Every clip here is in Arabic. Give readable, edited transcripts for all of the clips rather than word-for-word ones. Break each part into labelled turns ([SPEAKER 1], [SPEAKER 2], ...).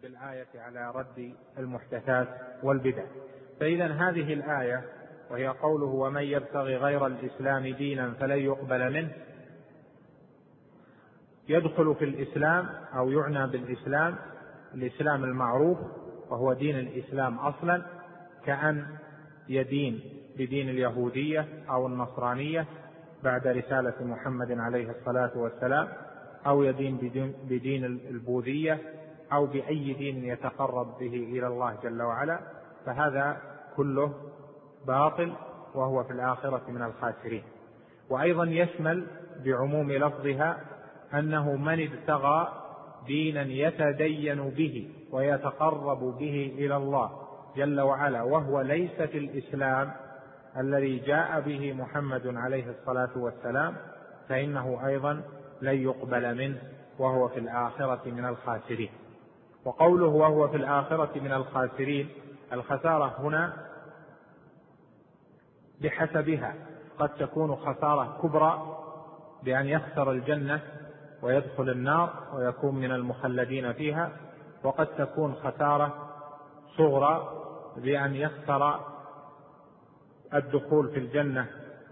[SPEAKER 1] بالآية على رد المحدثات والبدع. فإذا هذه الآية وهي قوله ومن يبتغي غير الإسلام دينا فلن يقبل منه يدخل في الإسلام أو يعنى بالإسلام الإسلام المعروف وهو دين الإسلام أصلا، كأن يدين بدين اليهودية أو النصرانية بعد رسالة محمد عليه الصلاة والسلام، أو يدين بدين البوذية أو بأي دين يتقرب به إلى الله جل وعلا، فهذا كله باطل وهو في الآخرة من الخاسرين. وأيضا يشمل بعموم لفظها أنه من ابتغى دينا يتدين به ويتقرب به إلى الله جل وعلا وهو ليس في الإسلام الذي جاء به محمد عليه الصلاة والسلام فإنه أيضا لن يقبل منه وهو في الآخرة من الخاسرين. وقوله وهو في الآخرة من الخاسرين، الخسارة هنا بحسبها، قد تكون خسارة كبرى بأن يخسر الجنة ويدخل النار ويكون من المخلدين فيها، وقد تكون خسارة صغرى بأن يخسر الدخول في الجنة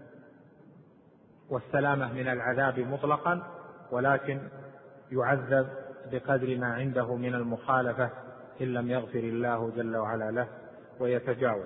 [SPEAKER 1] والسلامة من العذاب مطلقا، ولكن يعذب بقدر ما عنده من المخالفة إن لم يغفر الله جل وعلا له ويتجاوز.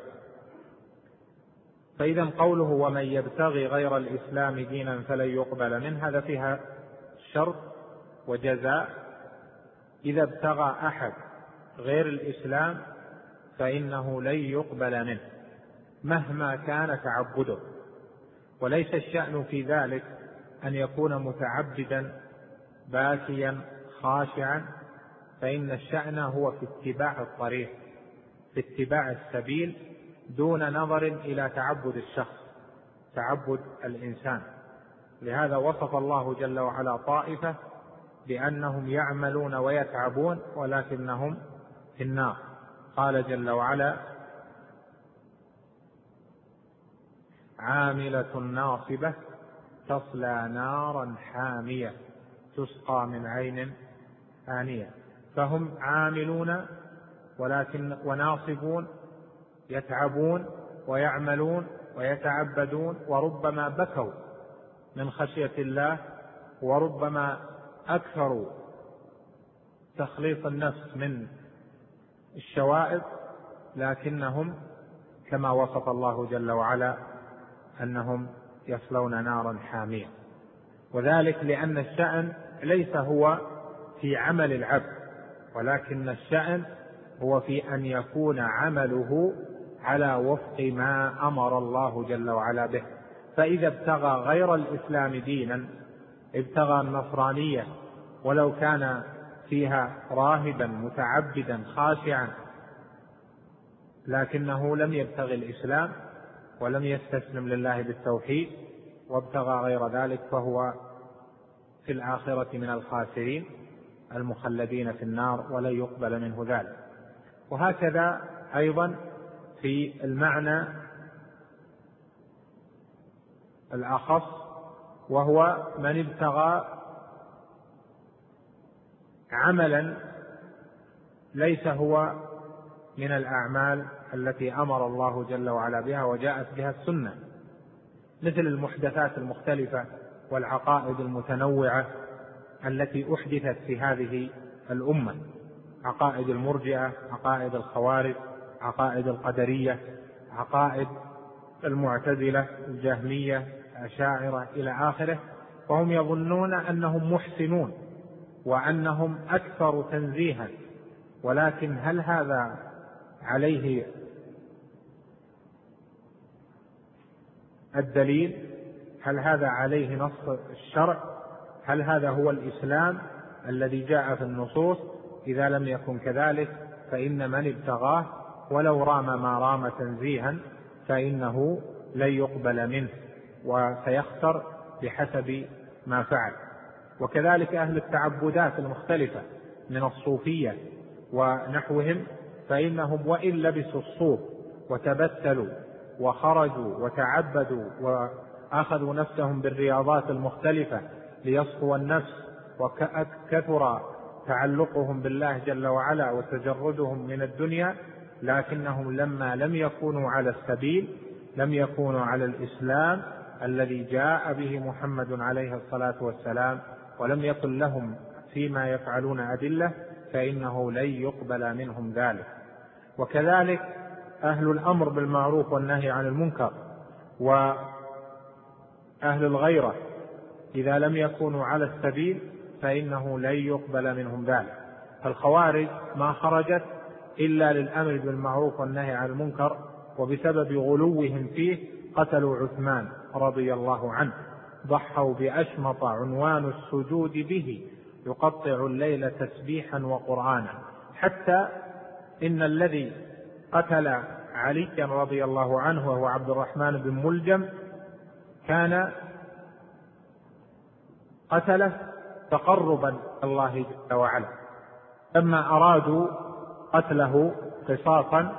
[SPEAKER 1] فإذا قوله ومن يبتغي غير الإسلام دينا فلن يقبل منه، هذا فيها شرط وجزاء. إذا ابتغى أحد غير الإسلام فإنه لن يقبل منه مهما كان تعبده، وليس الشأن في ذلك أن يكون متعبدا باكيا خاشعا، فإن الشأن هو في اتباع الطريق، في اتباع السبيل، دون نظر إلى تعبد الشخص، تعبد الإنسان. لهذا وصف الله جل وعلا طائفة بأنهم يعملون ويتعبون ولكنهم في النار. قال جل وعلا عاملة ناصبة تصلى نارا حامية تسقى من عين آنية. فهم عاملون وناصبون، يتعبون ويعملون ويتعبدون، وربما بكوا من خشية الله، وربما أكثروا تخليص النفس من الشوائب، لكنهم كما وصف الله جل وعلا أنهم يصلون نارا حامية. وذلك لأن الشأن ليس هو في عمل العبد، ولكن الشأن هو في أن يكون عمله على وفق ما أمر الله جل وعلا به. فإذا ابتغى غير الإسلام دينا، ابتغى النصرانية ولو كان فيها راهبا متعبدا خاشعا، لكنه لم يبتغي الإسلام ولم يستسلم لله بالتوحيد وابتغى غير ذلك، فهو في الآخرة من الخاسرين المخلدين في النار ولن يقبل منه ذلك. وهكذا أيضا في المعنى الأخص، وهو من ابتغى عملا ليس هو من الأعمال التي أمر الله جل وعلا بها وجاءت بها السنة، مثل المحدثات المختلفة والعقائد المتنوعة التي أحدثت في هذه الأمة، عقائد المرجئة، عقائد الخوارج، عقائد القدرية، عقائد المعتزلة، الجهمية، الأشاعرة إلى آخره. وهم يظنون أنهم محسنون وأنهم أكثر تنزيها، ولكن هل هذا عليه الدليل؟ هل هذا عليه نص الشرع؟ هل هذا هو الإسلام الذي جاء في النصوص؟ إذا لم يكن كذلك فإن من ابتغاه ولو رام ما رام تنزيها فإنه لن يقبل منه وسيخسر بحسب ما فعل. وكذلك أهل التعبدات المختلفة من الصوفية ونحوهم، فإنهم وإن لبسوا الصوف وتبتلوا وخرجوا وتعبدوا وأخذوا نفسهم بالرياضات المختلفة ليصفوا النفس، وكثر تعلقهم بالله جل وعلا وتجردهم من الدنيا، لكنهم لما لم يكونوا على السبيل، لم يكونوا على الإسلام الذي جاء به محمد عليه الصلاة والسلام، ولم يكن لهم فيما يفعلون أدلة، فإنه لن يقبل منهم ذلك. وكذلك أهل الأمر بالمعروف والنهي عن المنكر وأهل الغيرة إذا لم يكونوا على السبيل فإنه لن يقبل منهم ذلك. فالخوارج ما خرجت إلا للأمر بالمعروف والنهي عن المنكر، وبسبب غلوهم فيه قتلوا عثمان رضي الله عنه، ضحوا بأشمط عنوان السجود به، يقطع الليل تسبيحا وقرآنا، حتى إن الذي قتل عليا رضي الله عنه وهو عبد الرحمن بن ملجم كان قتله تقربا إلى الله جل وعلا. لما أرادوا قتله قصاصا،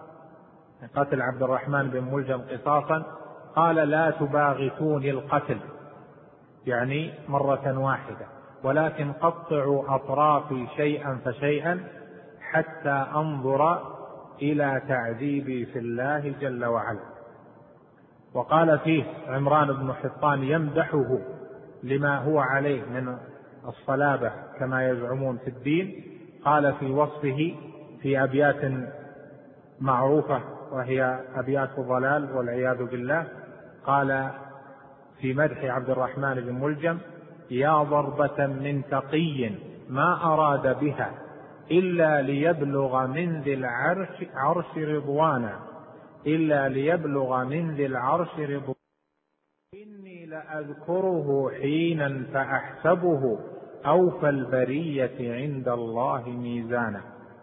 [SPEAKER 1] قتل عبد الرحمن بن ملجم قصاصا، قال لا تباغتوني القتل، يعني مرة واحدة، ولكن قطعوا أطرافي شيئا فشيئا حتى أنظر إلى تعذيبي في الله جل وعلا. وقال فيه عمران بن حطان يمدحه لما هو عليه من الصلابة كما يزعمون في الدين، قال في وصفه في أبيات معروفة وهي أبيات ضلال والعياذ بالله، قال في مدح عبد الرحمن بن ملجم: يا ضربة من تقي ما أراد بها إلا ليبلغ من ذي العرش رضوانا، إلا ليبلغ من ذي العرش رضوانا، إني لأذكره حينا فأحسبه أوفى البرية عند الله ميزانا.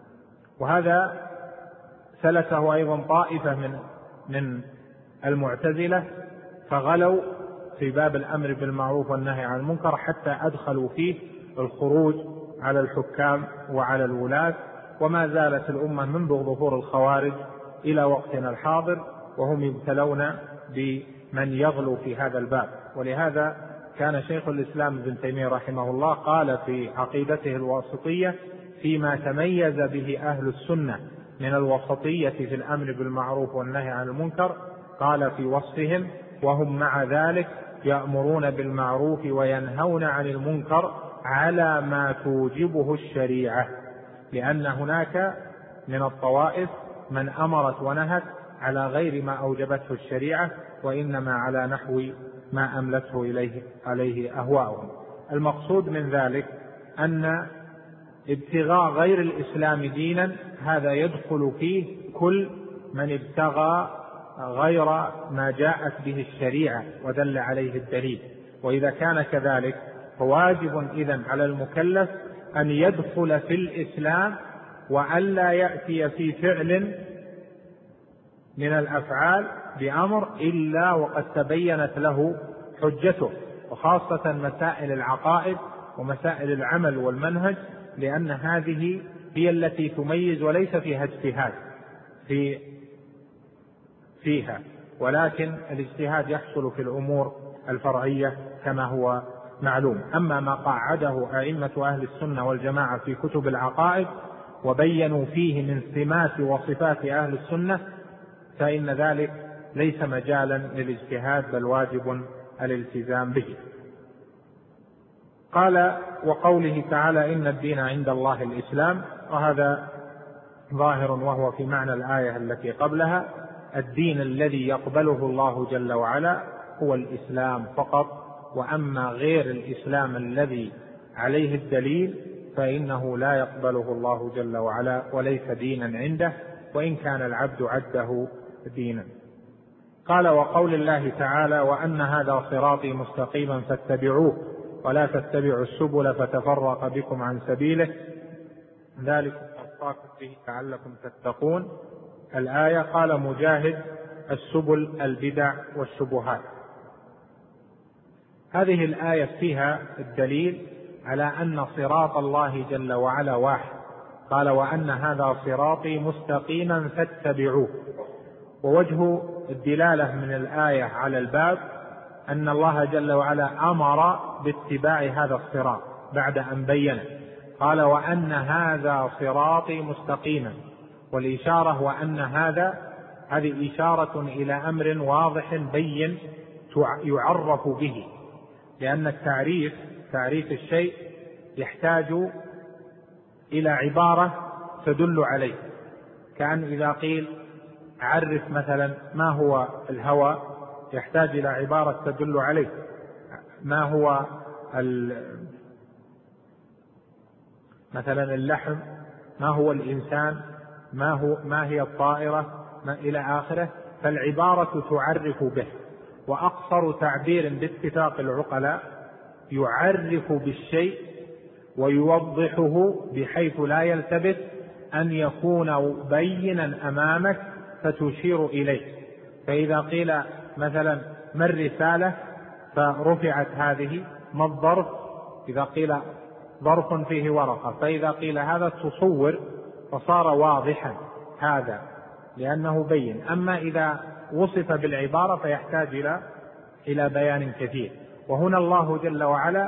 [SPEAKER 1] وهذا سلكه أيضا طائفة من المعتزلة، فغلوا في باب الأمر بالمعروف والنهي عن المنكر حتى أدخلوا فيه الخروج على الحكام وعلى الولاة. وما زالت الأمة منذ ظهور الخوارج إلى وقتنا الحاضر وهم يبتلون بمن يغلو في هذا الباب. ولهذا كان شيخ الإسلام ابن تيمية رحمه الله قال في عقيدته الواسطية فيما تميز به أهل السنة من الوسطية في الأمر بالمعروف والنهي عن المنكر، قال في وصفهم: وهم مع ذلك يأمرون بالمعروف وينهون عن المنكر على ما توجبه الشريعة، لأن هناك من الطوائف من أمرت ونهت على غير ما أوجبته الشريعة، وإنما على نحو ما أملته عليه أهواؤهم. المقصود من ذلك أن ابتغاء غير الإسلام دينا هذا يدخل فيه كل من ابتغى غير ما جاءت به الشريعة ودل عليه الدليل. وإذا كان كذلك فواجب إذن على المكلف أن يدخل في الإسلام وأن لا يأتي في فعل من الأفعال بأمر إلا وقد تبينت له حجته، وخاصة مسائل العقائد ومسائل العمل والمنهج، لأن هذه هي التي تميز، وليس فيها اجتهاد فيها، ولكن الاجتهاد يحصل في الأمور الفرعية كما هو معلوم. أما ما قعده أئمة أهل السنة والجماعة في كتب العقائد وبينوا فيه من سمات وصفات أهل السنة فإن ذلك ليس مجالا للاجتهاد، بل واجب الالتزام به. قال: وقوله تعالى: إن الدين عند الله الإسلام، وهذا ظاهر وهو في معنى الآية التي قبلها. الدين الذي يقبله الله جل وعلا هو الإسلام فقط، وأما غير الإسلام الذي عليه الدليل فإنه لا يقبله الله جل وعلا وليس دينا عنده، وإن كان العبد عده دينا. قال: وقول الله تعالى: وأن هذا صراطي مستقيما فاتبعوه ولا تتبعوا السبل فتفرق بكم عن سبيله ذلك وصاكم به لعلكم تتقون. الآية. قال مجاهد: السبل البدع والشبهات. هذه الآية فيها الدليل على أن صراط الله جل وعلا واحد. قال: وأن هذا صراطي مستقيما فاتبعوه. ووجه الدلالة من الآية على الباب أن الله جل وعلا أمر باتباع هذا الصراط بعد أن بينه، قال وأن هذا صراطي مستقيما، والإشارة وأن هذه إشارة إلى أمر واضح بين يعرف به، لأن تعريف الشيء يحتاج إلى عبارة تدل عليه، كأن إذا قيل عرف مثلا ما هو الهوى يحتاج إلى عبارة تدل عليه، ما هو مثلا اللحم، ما هو الإنسان، ما هي الطائرة، ما إلى آخره، فالعبارة تعرف به. وأقصر تعبير باتفاق العقلاء يعرف بالشيء ويوضحه بحيث لا يلتبس، أن يكون بينا أمامك فتشير إليه. فإذا قيل مثلا ما الرسالة فرفعت هذه، ما الظرف، إذا قيل ظرف فيه ورقة، فإذا قيل هذا تصور فصار واضحا هذا لأنه بين. أما إذا وصف بالعبارة فيحتاج إلى بيان كثير. وهنا الله جل وعلا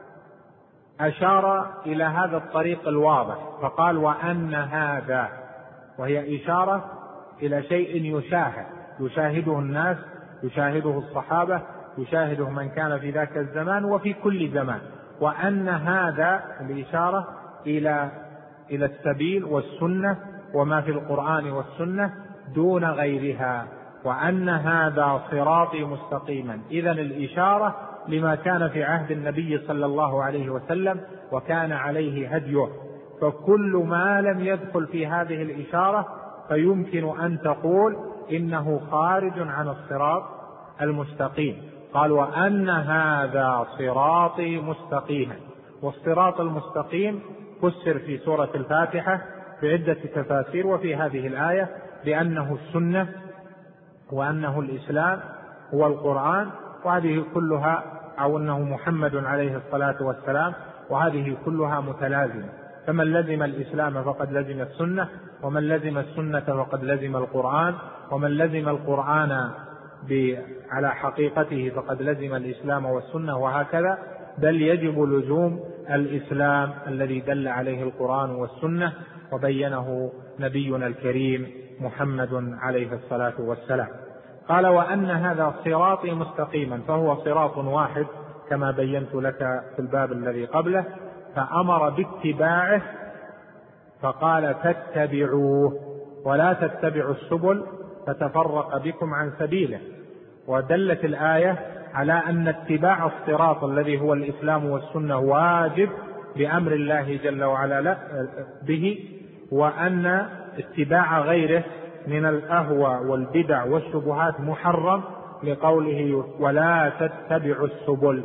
[SPEAKER 1] أشار إلى هذا الطريق الواضح فقال وأن هذا، وهي إشارة إلى شيء يشاهده الناس، يشاهده الصحابة، يشاهده من كان في ذاك الزمان وفي كل زمان. وأن هذا الإشارة إلى السبيل والسنة وما في القرآن والسنة دون غيرها. وأن هذا صراطي مستقيما، إذن الإشارة لما كان في عهد النبي صلى الله عليه وسلم وكان عليه هديه. فكل ما لم يدخل في هذه الإشارة فيمكن أن تقول إنه خارج عن الصراط المستقيم. قال وأن هذا صراطي مستقيما. والصراط المستقيم فسر في سورة الفاتحة بعدة تفاسير، وفي هذه الآية بأنه السنة، وأنه الإسلام، هو القرآن، وهذه كلها، أو أنه محمد عليه الصلاة والسلام، وهذه كلها متلازمة. فمن لزم الإسلام فقد لزم السنة، ومن لزم السنة فقد لزم القرآن، ومن لزم القرآن على حقيقته فقد لزم الإسلام والسنة، وهكذا. بل يجب لزوم الإسلام الذي دل عليه القرآن والسنة وبينه نبينا الكريم محمد عليه الصلاة والسلام. قال وأن هذا صراطي مستقيما، فهو صراط واحد كما بينت لك في الباب الذي قبله، فأمر باتباعه فقال فاتبعوه ولا تتبعوا السبل فتفرق بكم عن سبيله. ودلت الآية على أن اتباع الصراط الذي هو الإسلام والسنة واجب بأمر الله جل وعلا به، وأن اتباع غيره من الأهوى والبدع والشبهات محرم لقوله ولا تتبعوا السبل،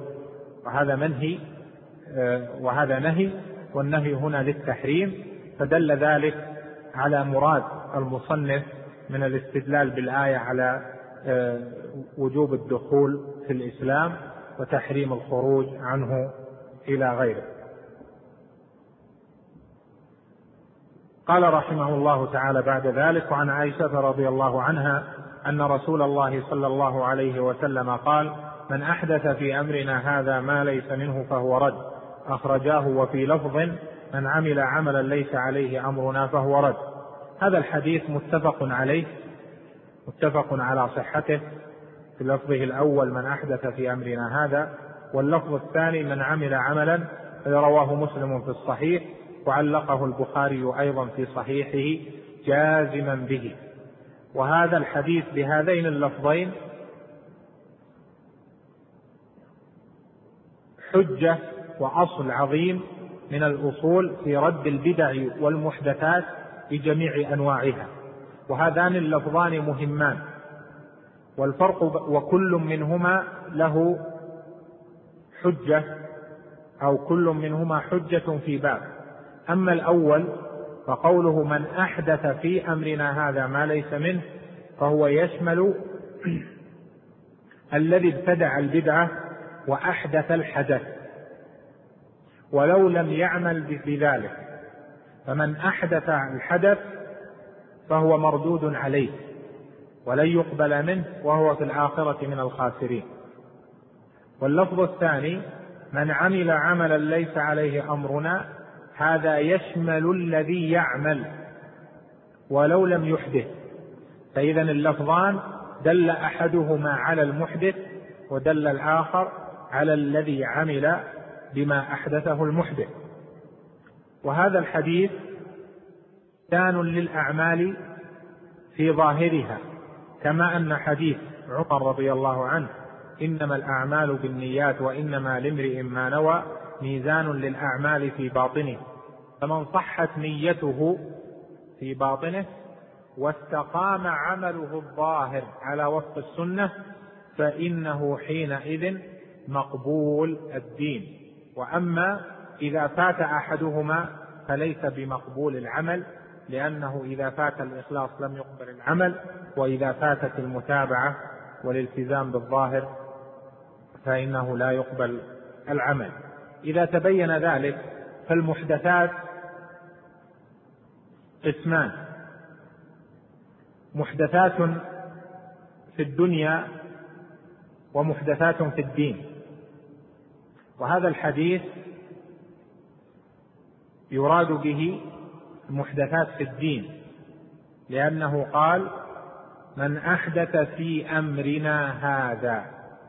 [SPEAKER 1] وهذا نهي، والنهي هنا للتحريم. فدل ذلك على مراد المصنف من الاستدلال بالآية على وجوب الدخول في الإسلام وتحريم الخروج عنه إلى غيره. قال رحمه الله تعالى بعد ذلك: وعن عائشة رضي الله عنها أن رسول الله صلى الله عليه وسلم قال: من أحدث في أمرنا هذا ما ليس منه فهو رد. أخرجاه. وفي لفظ: من عمل عملا ليس عليه أمرنا فهو رد. هذا الحديث متفق على صحته، في لفظه الأول من أحدث في أمرنا هذا، واللفظ الثاني من عمل عملا، رواه مسلم في الصحيح، وعلقه البخاري أيضا في صحيحه جازما به. وهذا الحديث بهذين اللفظين حجة وأصل عظيم من الأصول في رد البدع والمحدثات بجميع أنواعها. وهذان اللفظان مهمان، والفرق وكل منهما له حجة، أو كل منهما حجة في باب. أما الأول فقوله من أحدث في أمرنا هذا ما ليس منه، فهو يشمل الذي ابتدع البدعة وأحدث الحدث ولو لم يعمل بذلك. فمن أحدث الحدث فهو مردود عليه ولن يقبل منه، وهو في الآخرة من الخاسرين. واللفظ الثاني: من عمل عملا ليس عليه أمرنا، هذا يشمل الذي يعمل ولو لم يحدث. فإذا اللفظان دل أحدهما على المحدث ودل الآخر على الذي عمل بما أحدثه المحدث. وهذا الحديث شان للأعمال في ظاهرها، كما أن حديث عمر رضي الله عنه إنما الأعمال بالنيات وإنما لامرئ ما نوى ميزان للأعمال في باطنه، فمن صحت نيته في باطنه واستقام عمله الظاهر على وفق السنة فإنه حينئذ مقبول الدين. وأما إذا فات أحدهما فليس بمقبول العمل، لأنه إذا فات الإخلاص لم يقبل العمل، وإذا فاتت المتابعة والالتزام بالظاهر فإنه لا يقبل العمل. إذا تبين ذلك فالمحدثات قسمان: محدثات في الدنيا ومحدثات في الدين. وهذا الحديث يراد به المحدثات في الدين، لأنه قال: من أحدث في أمرنا هذا،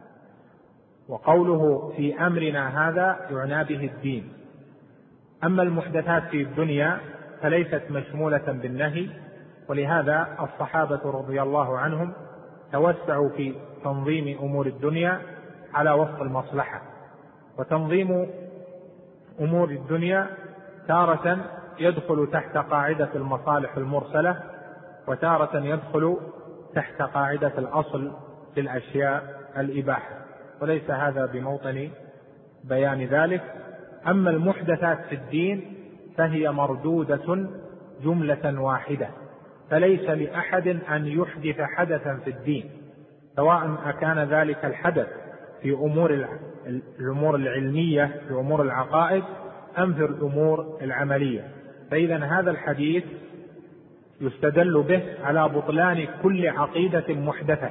[SPEAKER 1] وقوله في أمرنا هذا يعنى به الدين. أما المحدثات في الدنيا فليست مشمولة بالنهي، ولهذا الصحابة رضي الله عنهم توسعوا في تنظيم أمور الدنيا على وفق المصلحة. وتنظيم أمور الدنيا تارة يدخل تحت قاعدة المصالح المرسلة، وتارة يدخل تحت قاعدة الأصل في الأشياء الإباحة، وليس هذا بموطن بيان ذلك. أما المحدثات في الدين فهي مردودة جملة واحدة، فليس لأحد أن يحدث حدثا في الدين، سواء أكان ذلك الحدث في الأمور العلمية في أمور العقائد أم في الأمور العملية. فإذا هذا الحديث يستدل به على بطلان كل عقيدة محدثة،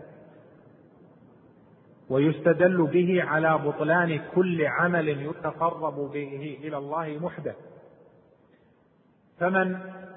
[SPEAKER 1] ويستدل به على بطلان كل عمل يتقرب به إلى الله محدث. فمن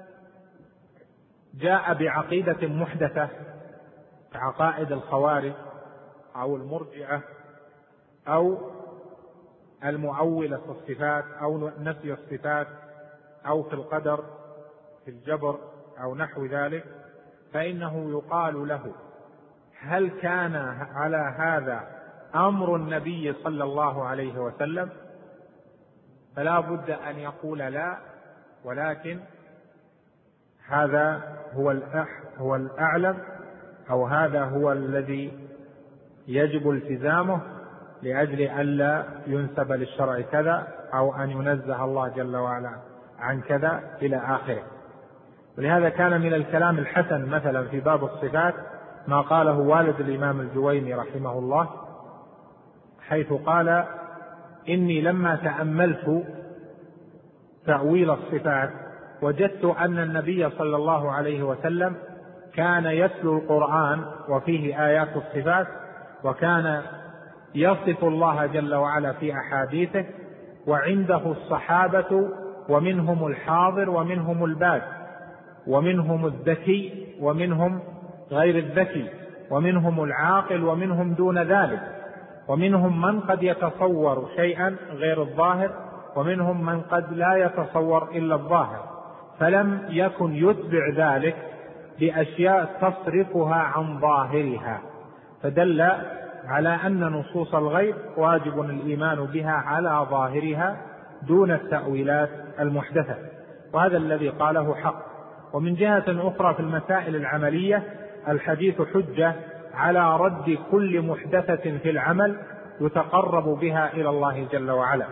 [SPEAKER 1] جاء بعقيدة محدثة كعقائد الخوارج أو المرجئة أو المؤولة في الصفات أو نفي الصفات أو في القدر في الجبر أو نحو ذلك، فإنه يقال له: هل كان على هذا أمر النبي صلى الله عليه وسلم؟ فلا بد أن يقول لا، ولكن هذا هو الأعلم، أو هذا هو الذي يجب التزامه لأجل ألا ينسب للشرع كذا، أو أن ينزه الله جل وعلا عن كذا إلى آخره. ولهذا كان من الكلام الحسن مثلا في باب الصفات ما قاله والد الإمام الجويني رحمه الله، حيث قال: إني لما تأملت تأويل الصفات وجدت أن النبي صلى الله عليه وسلم كان يتلو القرآن وفيه آيات الصفات، وكان يصف الله جل وعلا في أحاديثه، وعنده الصحابة ومنهم الحاضر ومنهم الباد، ومنهم الذكي ومنهم غير الذكي، ومنهم العاقل ومنهم دون ذلك، ومنهم من قد يتصور شيئا غير الظاهر، ومنهم من قد لا يتصور إلا الظاهر، فلم يكن يتبع ذلك بأشياء تصرفها عن ظاهرها، فدل على أن نصوص الغيب واجب الإيمان بها على ظاهرها دون التأويلات المحدثة. وهذا الذي قاله حق. ومن جهة أخرى في المسائل العملية الحديث حجة على رد كل محدثة في العمل يتقرب بها إلى الله جل وعلا.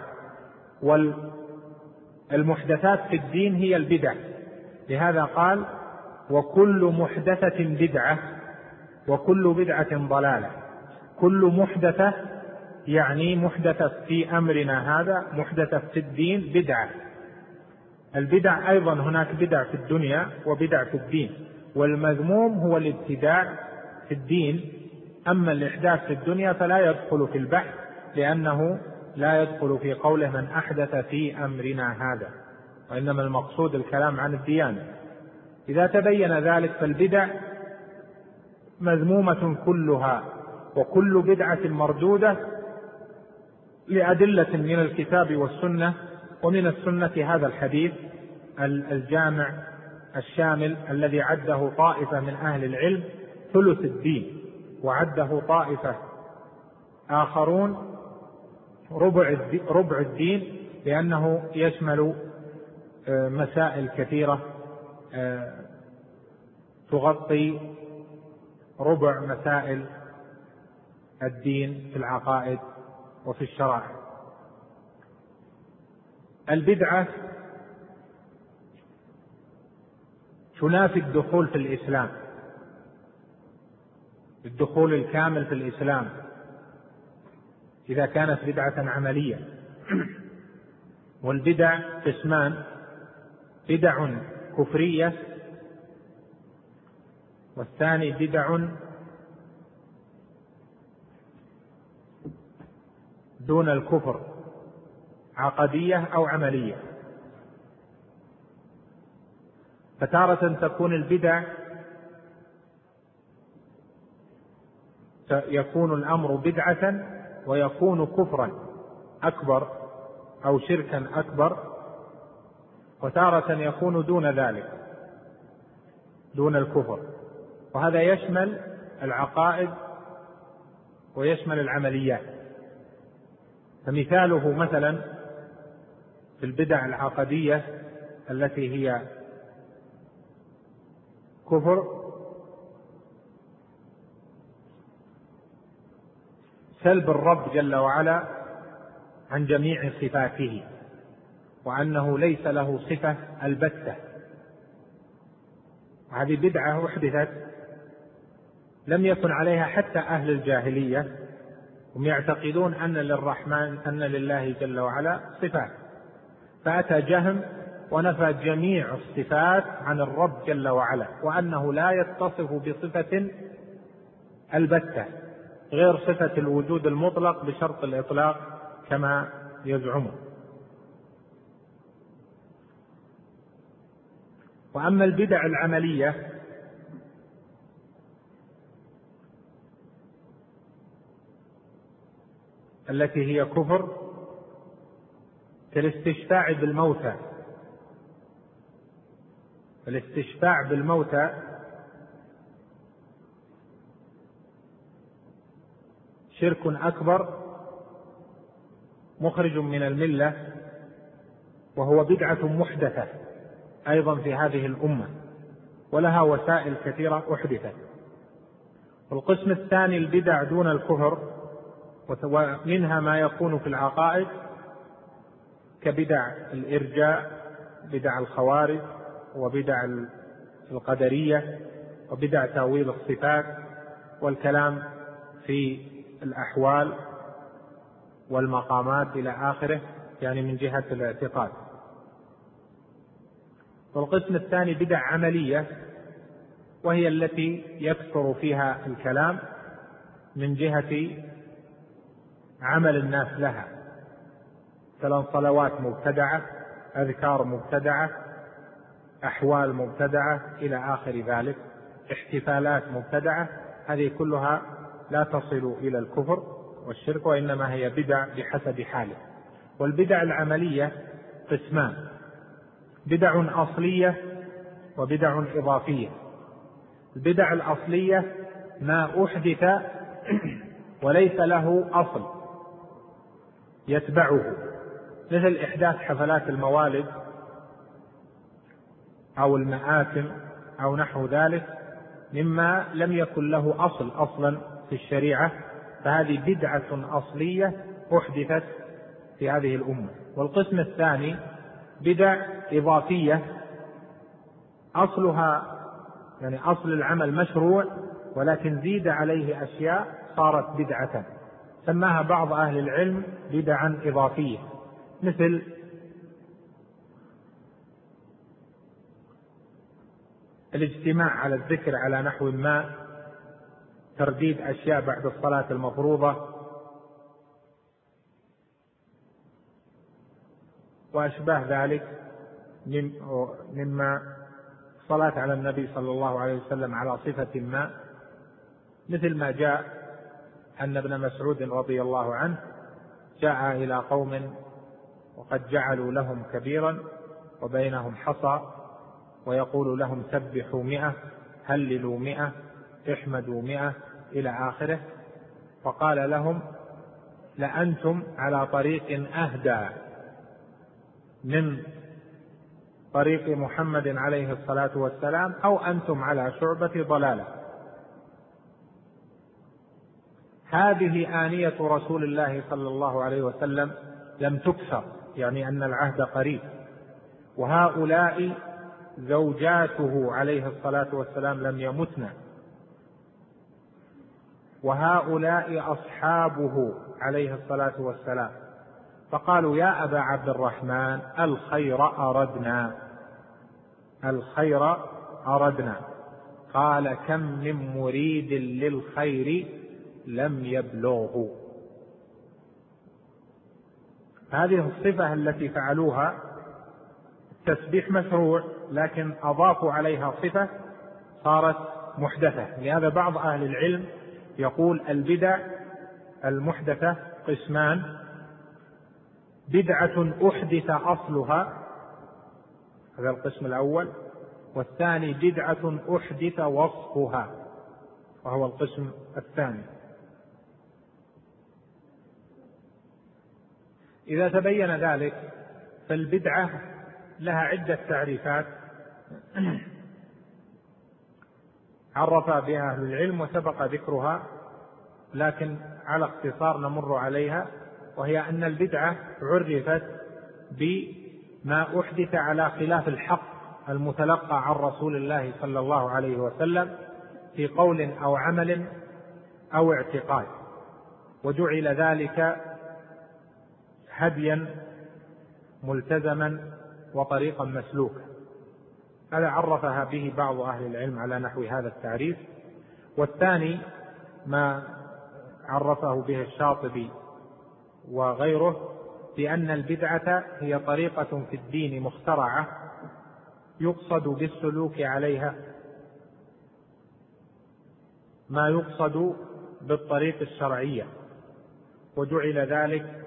[SPEAKER 1] والمحدثات في الدين هي البدع، لهذا قال: وكل محدثة بدعة وكل بدعة ضلالة. كل محدثة يعني محدثة في أمرنا هذا، محدثة في الدين بدعة. البدع أيضا هناك بدع في الدنيا وبدع في الدين، والمذموم هو الابتداع في الدين. أما الإحداث في الدنيا فلا يدخل في البحث، لأنه لا يدخل في قوله من أحدث في أمرنا هذا، وإنما المقصود الكلام عن الديانة. إذا تبين ذلك فالبدع مذمومة كلها، وكل بدعة مردودة لأدلة من الكتاب والسنة، ومن السنة هذا الحديث الجامع الشامل الذي عده طائفة من أهل العلم ثلث الدين، وعده طائفة آخرون ربع الدين، لأنه يشمل مسائل كثيرة تغطي ربع مسائل الدين في العقائد وفي الشرائع. البدعة تنافي الدخول في الإسلام، الدخول الكامل في الإسلام إذا كانت بدعة عملية. والبدع قسمان: بدع كفرية، والثاني بدع دون الكفر، عقدية أو عملية. فتارة تكون البدع يكون الأمر بدعة ويكون كفرا أكبر أو شركا أكبر، وتارة يكون دون ذلك دون الكفر، وهذا يشمل العقائد ويشمل العمليات. فمثاله مثلا في البدع العقدية التي هي كفر: سلب الرب جل وعلا عن جميع صفاته، وأنه ليس له صفة البتة. هذه بدعة أحدثت لم يكن عليها حتى أهل الجاهلية، هم يعتقدون أن لله جل وعلا صفات، فأتى جهم ونفى جميع الصفات عن الرب جل وعلا، وأنه لا يتصف بصفة البتة غير صفة الوجود المطلق بشرط الإطلاق كما يزعمون. وأما البدع العملية التي هي كفر كالاستشفاع بالموتى. الاستشفاع بالموتى شرك أكبر مخرج من الملة، وهو بدعة محدثة أيضا في هذه الأمة، ولها وسائل كثيرة أحدثت. والقسم الثاني البدع دون الكفر، ومنها ما يكون في العقائد كبدع الإرجاء، بدع الخوارج، وبدع القدرية، وبدع تأويل الصفات، والكلام في الأحوال والمقامات إلى آخره، يعني من جهة الاعتقاد. والقسم الثاني بدع عملية، وهي التي يكثر فيها الكلام من جهة عمل الناس لها، مثلا صلوات مبتدعة، أذكار مبتدعة، أحوال مبتدعة إلى آخر ذلك، احتفالات مبتدعة. هذه كلها لا تصل إلى الكفر والشرك، وإنما هي بدع بحسب حاله. والبدع العملية قسمان: بدع أصلية وبدع إضافية. البدع الأصلية ما أحدث وليس له أصل يتبعه، مثل إحداث حفلات الموالد أو المآتم أو نحو ذلك، مما لم يكن له أصل أصلا في الشريعة، فهذه بدعة أصلية أحدثت في هذه الأمة. والقسم الثاني بدع إضافية، أصلها يعني أصل العمل مشروع، ولكن زيد عليه أشياء صارت بدعة، سماها بعض أهل العلم بدعا إضافية، مثل الاجتماع على الذكر على نحو ما، ترديد أشياء بعد الصلاة المفروضة، وأشباه ذلك مما صلاة على النبي صلى الله عليه وسلم على صفة ما، مثل ما جاء أن ابن مسعود رضي الله عنه جاء إلى قوم وقد جعلوا لهم كبيرا وبينهم حصى، ويقول لهم سبحوا 100، هللوا 100، احمدوا 100 إلى آخره، فقال لهم لأنتم على طريق أهدى من طريق محمد عليه الصلاة والسلام، أو أنتم على شعبة ضلالة. هذه آنية رسول الله صلى الله عليه وسلم لم تكسر، يعني أن العهد قريب، وهؤلاء زوجاته عليه الصلاة والسلام لم يمتن، وهؤلاء أصحابه عليه الصلاة والسلام، فقالوا يا أبا عبد الرحمن الخير أردنا، الخير أردنا. قال كم من مريد للخير لم يبلغه. هذه الصفة التي فعلوها التسبيح مشروع، لكن أضافوا عليها صفة صارت محدثة. لهذا بعض أهل العلم يقول البدع المحدثة قسمان: بدعة أحدث أصلها، هذا القسم الأول، والثاني بدعة أحدث وصفها، وهو القسم الثاني. إذا تبين ذلك فالبدعة لها عدة تعريفات عرف بها أهل العلم وسبق ذكرها، لكن على اختصار نمر عليها. وهي أن البدعة عرفت بما أحدث على خلاف الحق المتلقى عن رسول الله صلى الله عليه وسلم في قول أو عمل أو اعتقاد، وجعل ذلك هديا ملتزما وطريقا مسلوكا. هذا عرفها به بعض أهل العلم على نحو هذا التعريف. والثاني ما عرفه به الشاطبي وغيره، بأن البدعة هي طريقة في الدين مخترعة يقصد بالسلوك عليها ما يقصد بالطريق الشرعية، وجعل ذلك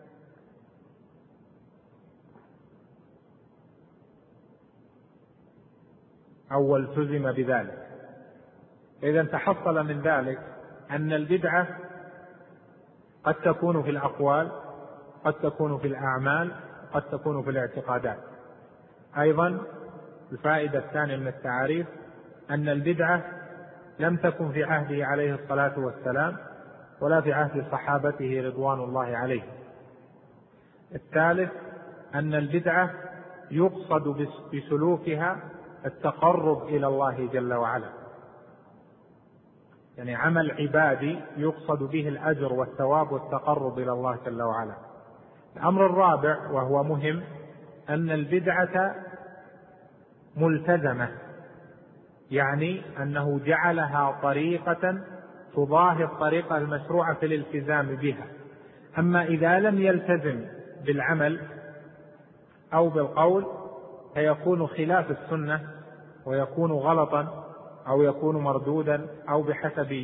[SPEAKER 1] أو التزم بذلك. إذا تحصل من ذلك أن البدعة قد تكون في الأقوال، قد تكون في الأعمال، قد تكون في الاعتقادات. أيضا الفائدة الثانية من التعاريف أن البدعة لم تكن في عهده عليه الصلاة والسلام ولا في عهد صحابته رضوان الله عليه. الثالث أن البدعة يقصد بسلوكها التقرب إلى الله جل وعلا، يعني عمل عبادي يقصد به الأجر والثواب والتقرب إلى الله جل وعلا. الأمر الرابع وهو مهم أن البدعة ملتزمة، يعني أنه جعلها طريقة تضاهي الطريقة المشروعة في الالتزام بها. أما إذا لم يلتزم بالعمل أو بالقول فيكون خلاف السنة ويكون غلطا أو يكون مردودا أو بحسب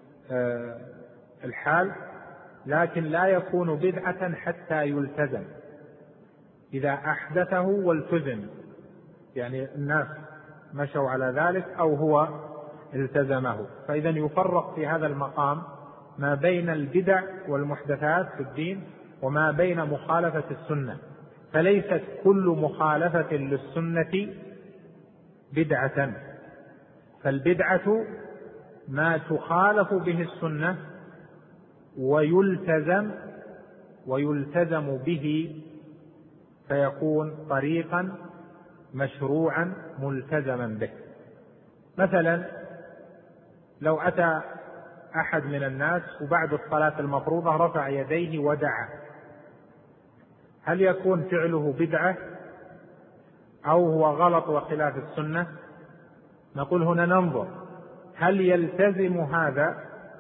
[SPEAKER 1] الحال، لكن لا يكون بدعة حتى يلتزم. إذا أحدثه والتزم، يعني الناس مشوا على ذلك أو هو التزمه. فإذا يفرق في هذا المقام ما بين البدع والمحدثات في الدين وما بين مخالفة السنة. فليست كل مخالفة للسنة بدعة، فالبدعة ما تخالف به السنة ويلتزم به فيكون طريقا مشروعا ملتزما به. مثلا لو أتى أحد من الناس وبعد الصلاة المفروضة رفع يديه ودعا، هل يكون فعله بدعة أو هو غلط وخلاف السنة؟ نقول هنا ننظر هل يلتزم هذا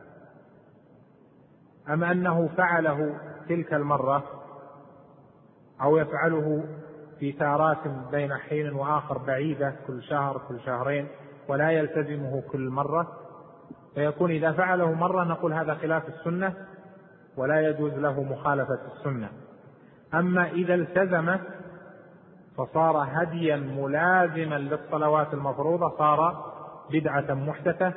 [SPEAKER 1] أم أنه فعله تلك المرة أو يفعله في تارات بين حين وآخر بعيدة، كل شهر كل شهرين، ولا يلتزمه كل مرة، فيكون إذا فعله مرة نقول هذا خلاف السنة ولا يجوز له مخالفة السنة. أما إذا التزمه فصار هديا ملازما للصلوات المفروضة، صار بدعة محدثة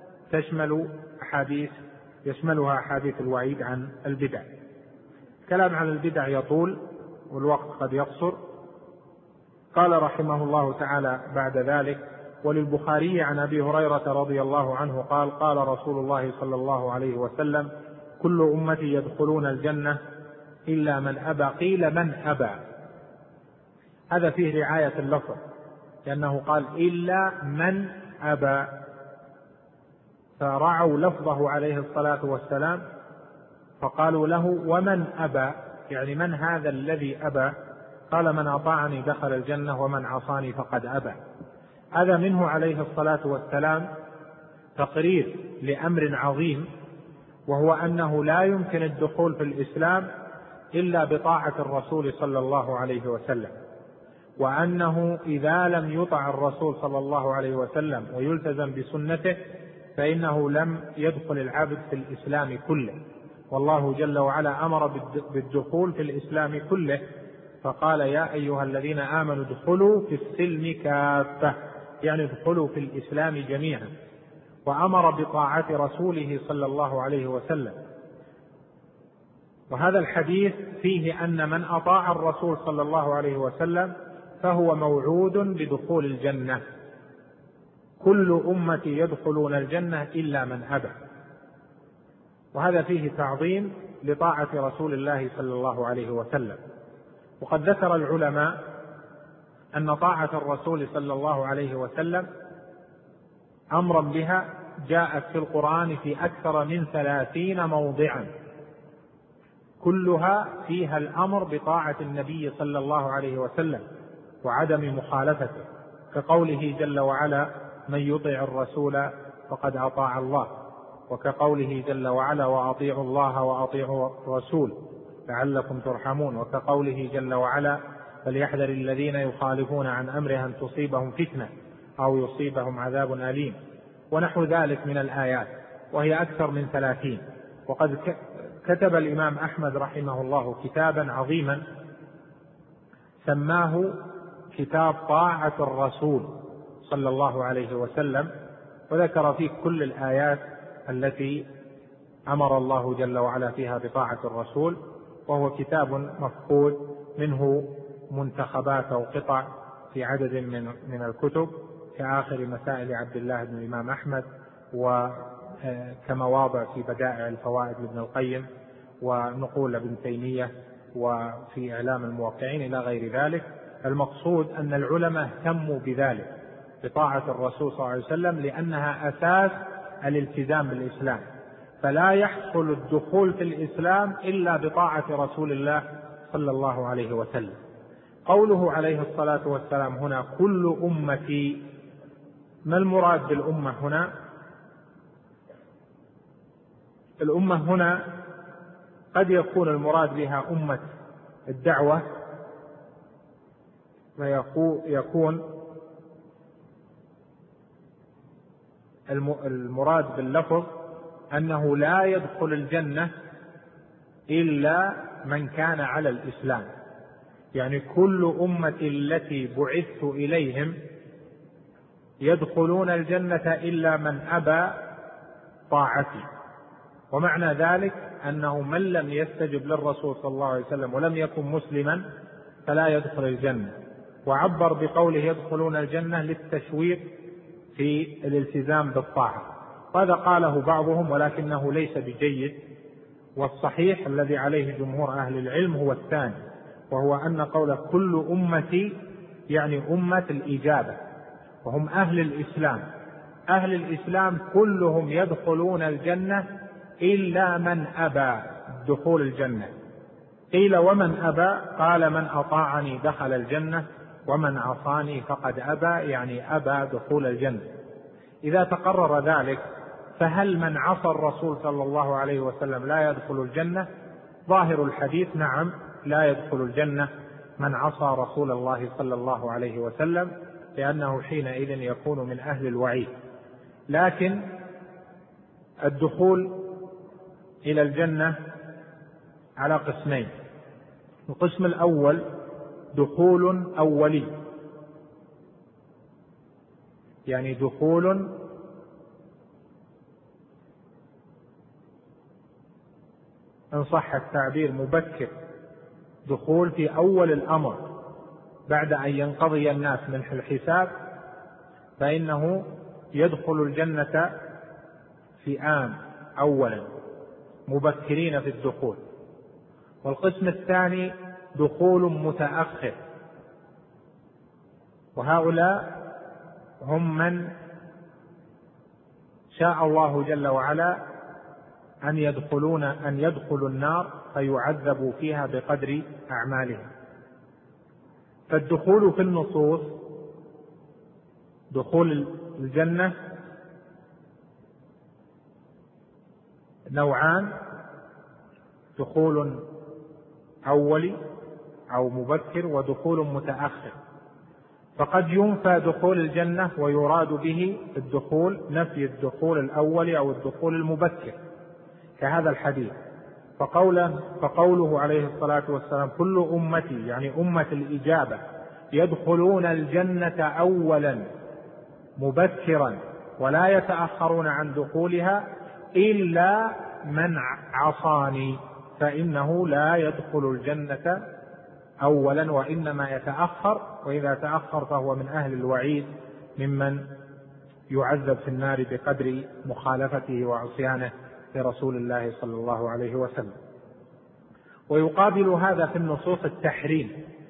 [SPEAKER 1] يشملها أحاديث الوعيد عن البدع. كلام عن البدع يطول والوقت قد يقصر. قال رحمه الله تعالى بعد ذلك: وللبخاري عن أبي هريرة رضي الله عنه قال: قال رسول الله صلى الله عليه وسلم: كل أمتي يدخلون الجنة إلا من أبى. قيل: من أبى؟ هذا فيه رعاية اللفظ، لأنه قال: إلا من أبى، فرعوا لفظه عليه الصلاة والسلام فقالوا له: ومن أبى؟ يعني من هذا الذي أبى؟ قال: من أطاعني دخل الجنة ومن عصاني فقد أبى. هذا منه عليه الصلاة والسلام تقرير لأمر عظيم، وهو أنه لا يمكن الدخول في الإسلام إلا بطاعة الرسول صلى الله عليه وسلم، وأنه إذا لم يطع الرسول صلى الله عليه وسلم ويلتزم بسنته فإنه لم يدخل العبد في الإسلام كله، والله جل وعلا أمر بالدخول في الإسلام كله، فقال: يا أيها الذين آمنوا ادخلوا في السلم كافة، يعني ادخلوا في الإسلام جميعا، وأمر بطاعة رسوله صلى الله عليه وسلم. وهذا الحديث فيه أن من أطاع الرسول صلى الله عليه وسلم فهو موعود بدخول الجنة. كل أمتي يدخلون الجنة إلا من أبى. وهذا فيه تعظيم لطاعة رسول الله صلى الله عليه وسلم. وقد ذكر العلماء أن طاعة الرسول صلى الله عليه وسلم أمرا بها جاءت في القرآن في أكثر من 30 موضعا، كلها فيها الأمر بطاعة النبي صلى الله عليه وسلم وعدم مخالفته، كقوله جل وعلا: من يطع الرسول فقد أطاع الله، وكقوله جل وعلا: وأطيعوا الله وأطيعوا الرسول لعلكم ترحمون، وكقوله جل وعلا: فليحذر الذين يخالفون عن أمره أن تصيبهم فتنة أو يصيبهم عذاب أليم، ونحو ذلك من الآيات، وهي أكثر من 30. وقد كتب الإمام أحمد رحمه الله كتابا عظيما سماه كتاب طاعة الرسول صلى الله عليه وسلم، وذكر فيه كل الآيات التي أمر الله جل وعلا فيها بطاعة الرسول، وهو كتاب مفقود، منه منتخبات أو قطع في عدد من الكتب كآخر مسائل عبد الله بن الإمام أحمد، وكمواضع في بدائع الفوائد لابن القيم، ونقول ابن تيمية، وفي إعلام الموقعين، إلى غير ذلك. المقصود أن العلماء اهتموا بذلك، بطاعة الرسول صلى الله عليه وسلم، لأنها أساس الالتزام بالإسلام، فلا يحصل الدخول في الإسلام إلا بطاعة رسول الله صلى الله عليه وسلم. قوله عليه الصلاة والسلام هنا: كل أمتي، ما المراد بالأمة هنا؟ الأمة هنا قد يكون المراد بها أمة الدعوة، ويكون المراد باللفظ أنه لا يدخل الجنة إلا من كان على الإسلام، يعني كل أمة التي بعثت إليهم يدخلون الجنة إلا من أبى طاعتي. ومعنى ذلك أنه من لم يستجب للرسول صلى الله عليه وسلم ولم يكن مسلما فلا يدخل الجنة. وعبر بقوله يدخلون الجنة للتشويق في الالتزام بالطاعة، وهذا قاله بعضهم ولكنه ليس بجيد، والصحيح الذي عليه جمهور أهل العلم هو الثاني، وهو أن قول كل أمتي يعني أمة الإجابة، وهم أهل الإسلام. أهل الإسلام كلهم يدخلون الجنة إلا من أبى دخول الجنة. قيل: ومن أبى؟ قال: من أطاعني دخل الجنة ومن عصاني فقد أبى، يعني أبى دخول الجنة. إذا تقرر ذلك فهل من عصى الرسول صلى الله عليه وسلم لا يدخل الجنة؟ ظاهر الحديث: نعم لا يدخل الجنة من عصى رسول الله صلى الله عليه وسلم، لأنه حينئذ يكون من أهل الوعيد. لكن الدخول إلى الجنة على قسمين. القسم الأول دخول أولي، يعني دخول إن صح التعبير مبكر، دخول في أول الأمر بعد أن ينقضي الناس من الحساب، فإنه يدخل الجنة في أولا مبكرين في الدخول. والقسم الثاني دخول متأخر، وهؤلاء هم من شاء الله جل وعلا أن يدخلوا النار فيعذبوا فيها بقدر أعمالهم. فالدخول في النصوص دخول الجنة نوعان: دخول أولي أو مبكر، ودخول متأخر. فقد ينفى دخول الجنة ويراد به الدخول نفي الدخول الأولي أو الدخول المبكر، كهذا الحديث. فقوله عليه الصلاة والسلام: كل أمتي، يعني أمة الإجابة، يدخلون الجنة أولا مبكرا ولا يتأخرون عن دخولها إلا من عصاني فإنه لا يدخل الجنة أولا وإنما يتأخر، وإذا تأخر فهو من أهل الوعيد ممن يعذب في النار بقدر مخالفته وعصيانه لرسول الله صلى الله عليه وسلم. ويقابل هذا في النصوص التحريم،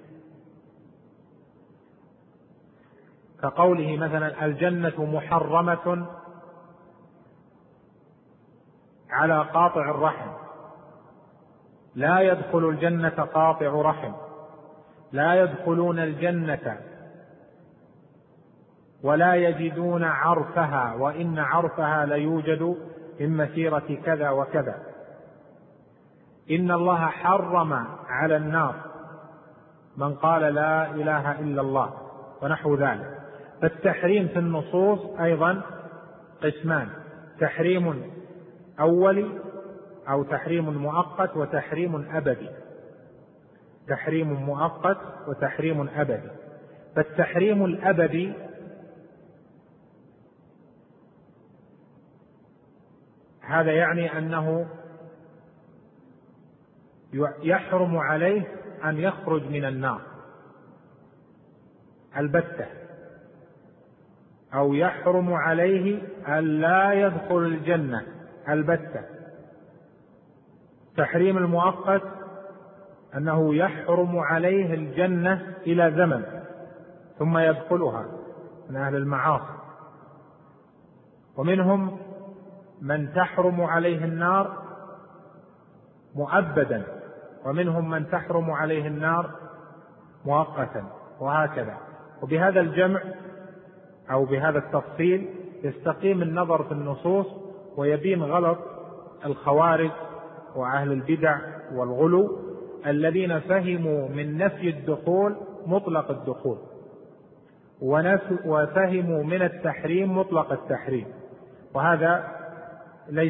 [SPEAKER 1] كقوله مثلا: الجنة محرمة على قاطع الرحم، لا يدخل الجنة قاطع رحم، لا يدخلون الجنة ولا يجدون عرفها وإن عرفها ليوجد من مسيرة كذا وكذا. إن الله حرم على النار من قال لا إله إلا الله، ونحو ذلك. فالتحريم في النصوص أيضا قسمان: تحريم أولي أو تحريم مؤقت وتحريم أبدي. تحريم مؤقت وتحريم أبدي. فالتحريم الأبدي هذا يعني أنه يحرم عليه أن يخرج من النار البتة، أو يحرم عليه أن لا يدخل الجنة البتة. تحريم المؤقت أنه يحرم عليه الجنة إلى زمن ثم يدخلها من أهل المعاصي. ومنهم من تحرم عليه النار مؤبدا، ومنهم من تحرم عليه النار مؤقتا، وهكذا. وبهذا الجمع أو بهذا التفصيل يستقيم النظر في النصوص ويبين غلط الخوارج وأهل البدع والغلو الذين فهموا من نفي الدخول مطلق الدخول، وفهموا من التحريم مطلق التحريم، وهذا ليس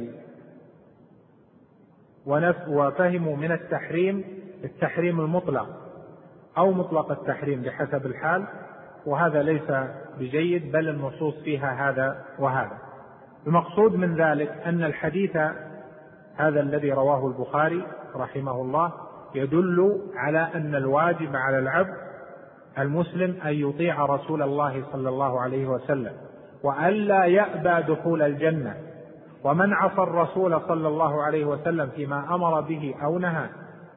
[SPEAKER 1] وفهموا من التحريم المطلق أو مطلق التحريم بحسب الحال، وهذا ليس بجيد، بل النصوص فيها هذا وهذا. المقصود من ذلك أن الحديث هذا الذي رواه البخاري رحمه الله يدل على أن الواجب على العبد المسلم أن يطيع رسول الله صلى الله عليه وسلم، وألا يأبى دخول الجنة. ومن عصى الرسول صلى الله عليه وسلم فيما أمر به أو نهى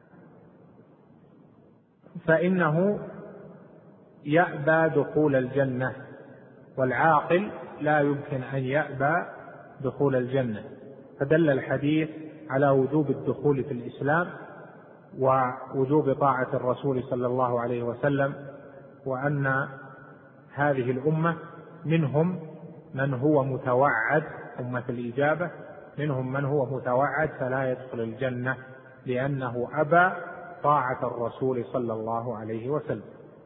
[SPEAKER 1] فإنه يأبى دخول الجنة، والعاقل لا يمكن أن يأبى دخول الجنة. فدل الحديث على وجوب الدخول في الإسلام ووجوب طاعة الرسول صلى الله عليه وسلم، وأن هذه الأمة منهم من هو متوعد، أمة الإجابة منهم من هو متوعد فلا يدخل الجنة لأنه أبى طاعة الرسول صلى الله عليه وسلم.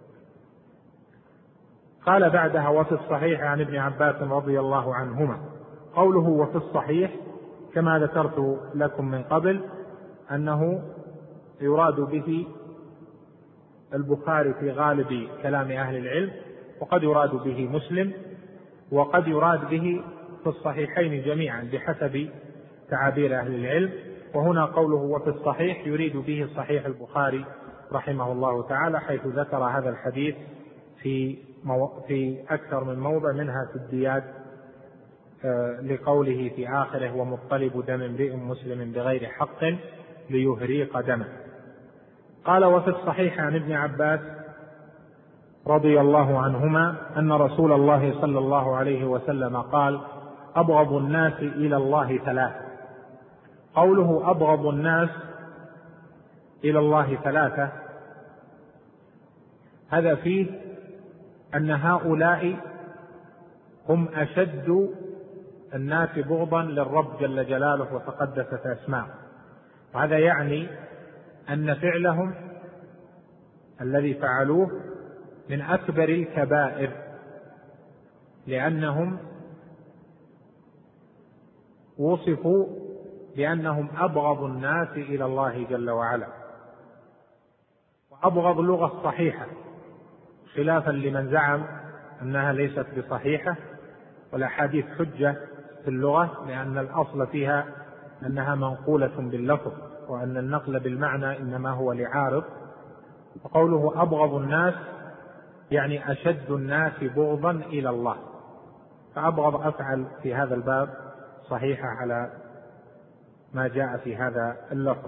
[SPEAKER 1] قال بعدها: وفي الصحيح عن ابن عباس رضي الله عنهما. قوله وفي الصحيح كما ذكرت لكم من قبل أنه يراد به البخاري في غالب كلام أهل العلم، وقد يراد به مسلم، وقد يراد به في الصحيحين جميعا بحسب تعابير أهل العلم. وهنا قوله وفي الصحيح يريد به صحيح البخاري رحمه الله تعالى، حيث ذكر هذا الحديث في أكثر من موضع، منها في الديات لقوله في آخره: ومطلب دم امرئ مسلم بغير حق ليهريق دمه. قال: وفي الصحيح عن ابن عباس رضي الله عنهما أن رسول الله صلى الله عليه وسلم قال: أبغض الناس إلى الله ثلاثة. قوله أبغض الناس إلى الله ثلاثة، هذا فيه أن هؤلاء هم أشد الناس بغضا للرب جل جلاله وتقدست أسماؤه، وهذا يعني أن فعلهم الذي فعلوه من أكبر الكبائر، لأنهم وصفوا بأنهم أبغض الناس إلى الله جل وعلا. وأبغض لغة صحيحة، خلافا لمن زعم أنها ليست بصحيحة، والأحاديث حجة في اللغة، لأن الأصل فيها أنها منقولة باللفظ، وأن النقل بالمعنى إنما هو لعارض. وقوله أبغض الناس يعني أشد الناس بغضا إلى الله، فأبغض أفعل في هذا الباب صحيحة على ما جاء في هذا اللفظ.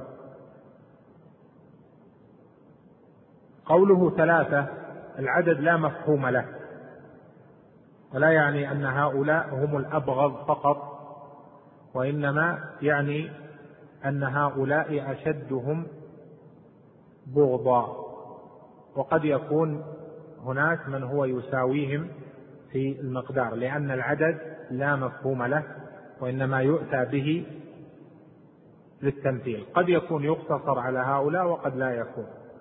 [SPEAKER 1] قوله ثلاثة، العدد لا مفهوم له، ولا يعني أن هؤلاء هم الأبغض فقط، وإنما يعني أن هؤلاء أشدهم بغضا، وقد يكون هناك من هو يساويهم في المقدار، لأن العدد لا مفهوم له، وإنما يؤتى به للتمثيل، قد يكون يقتصر على هؤلاء وقد لا يكون.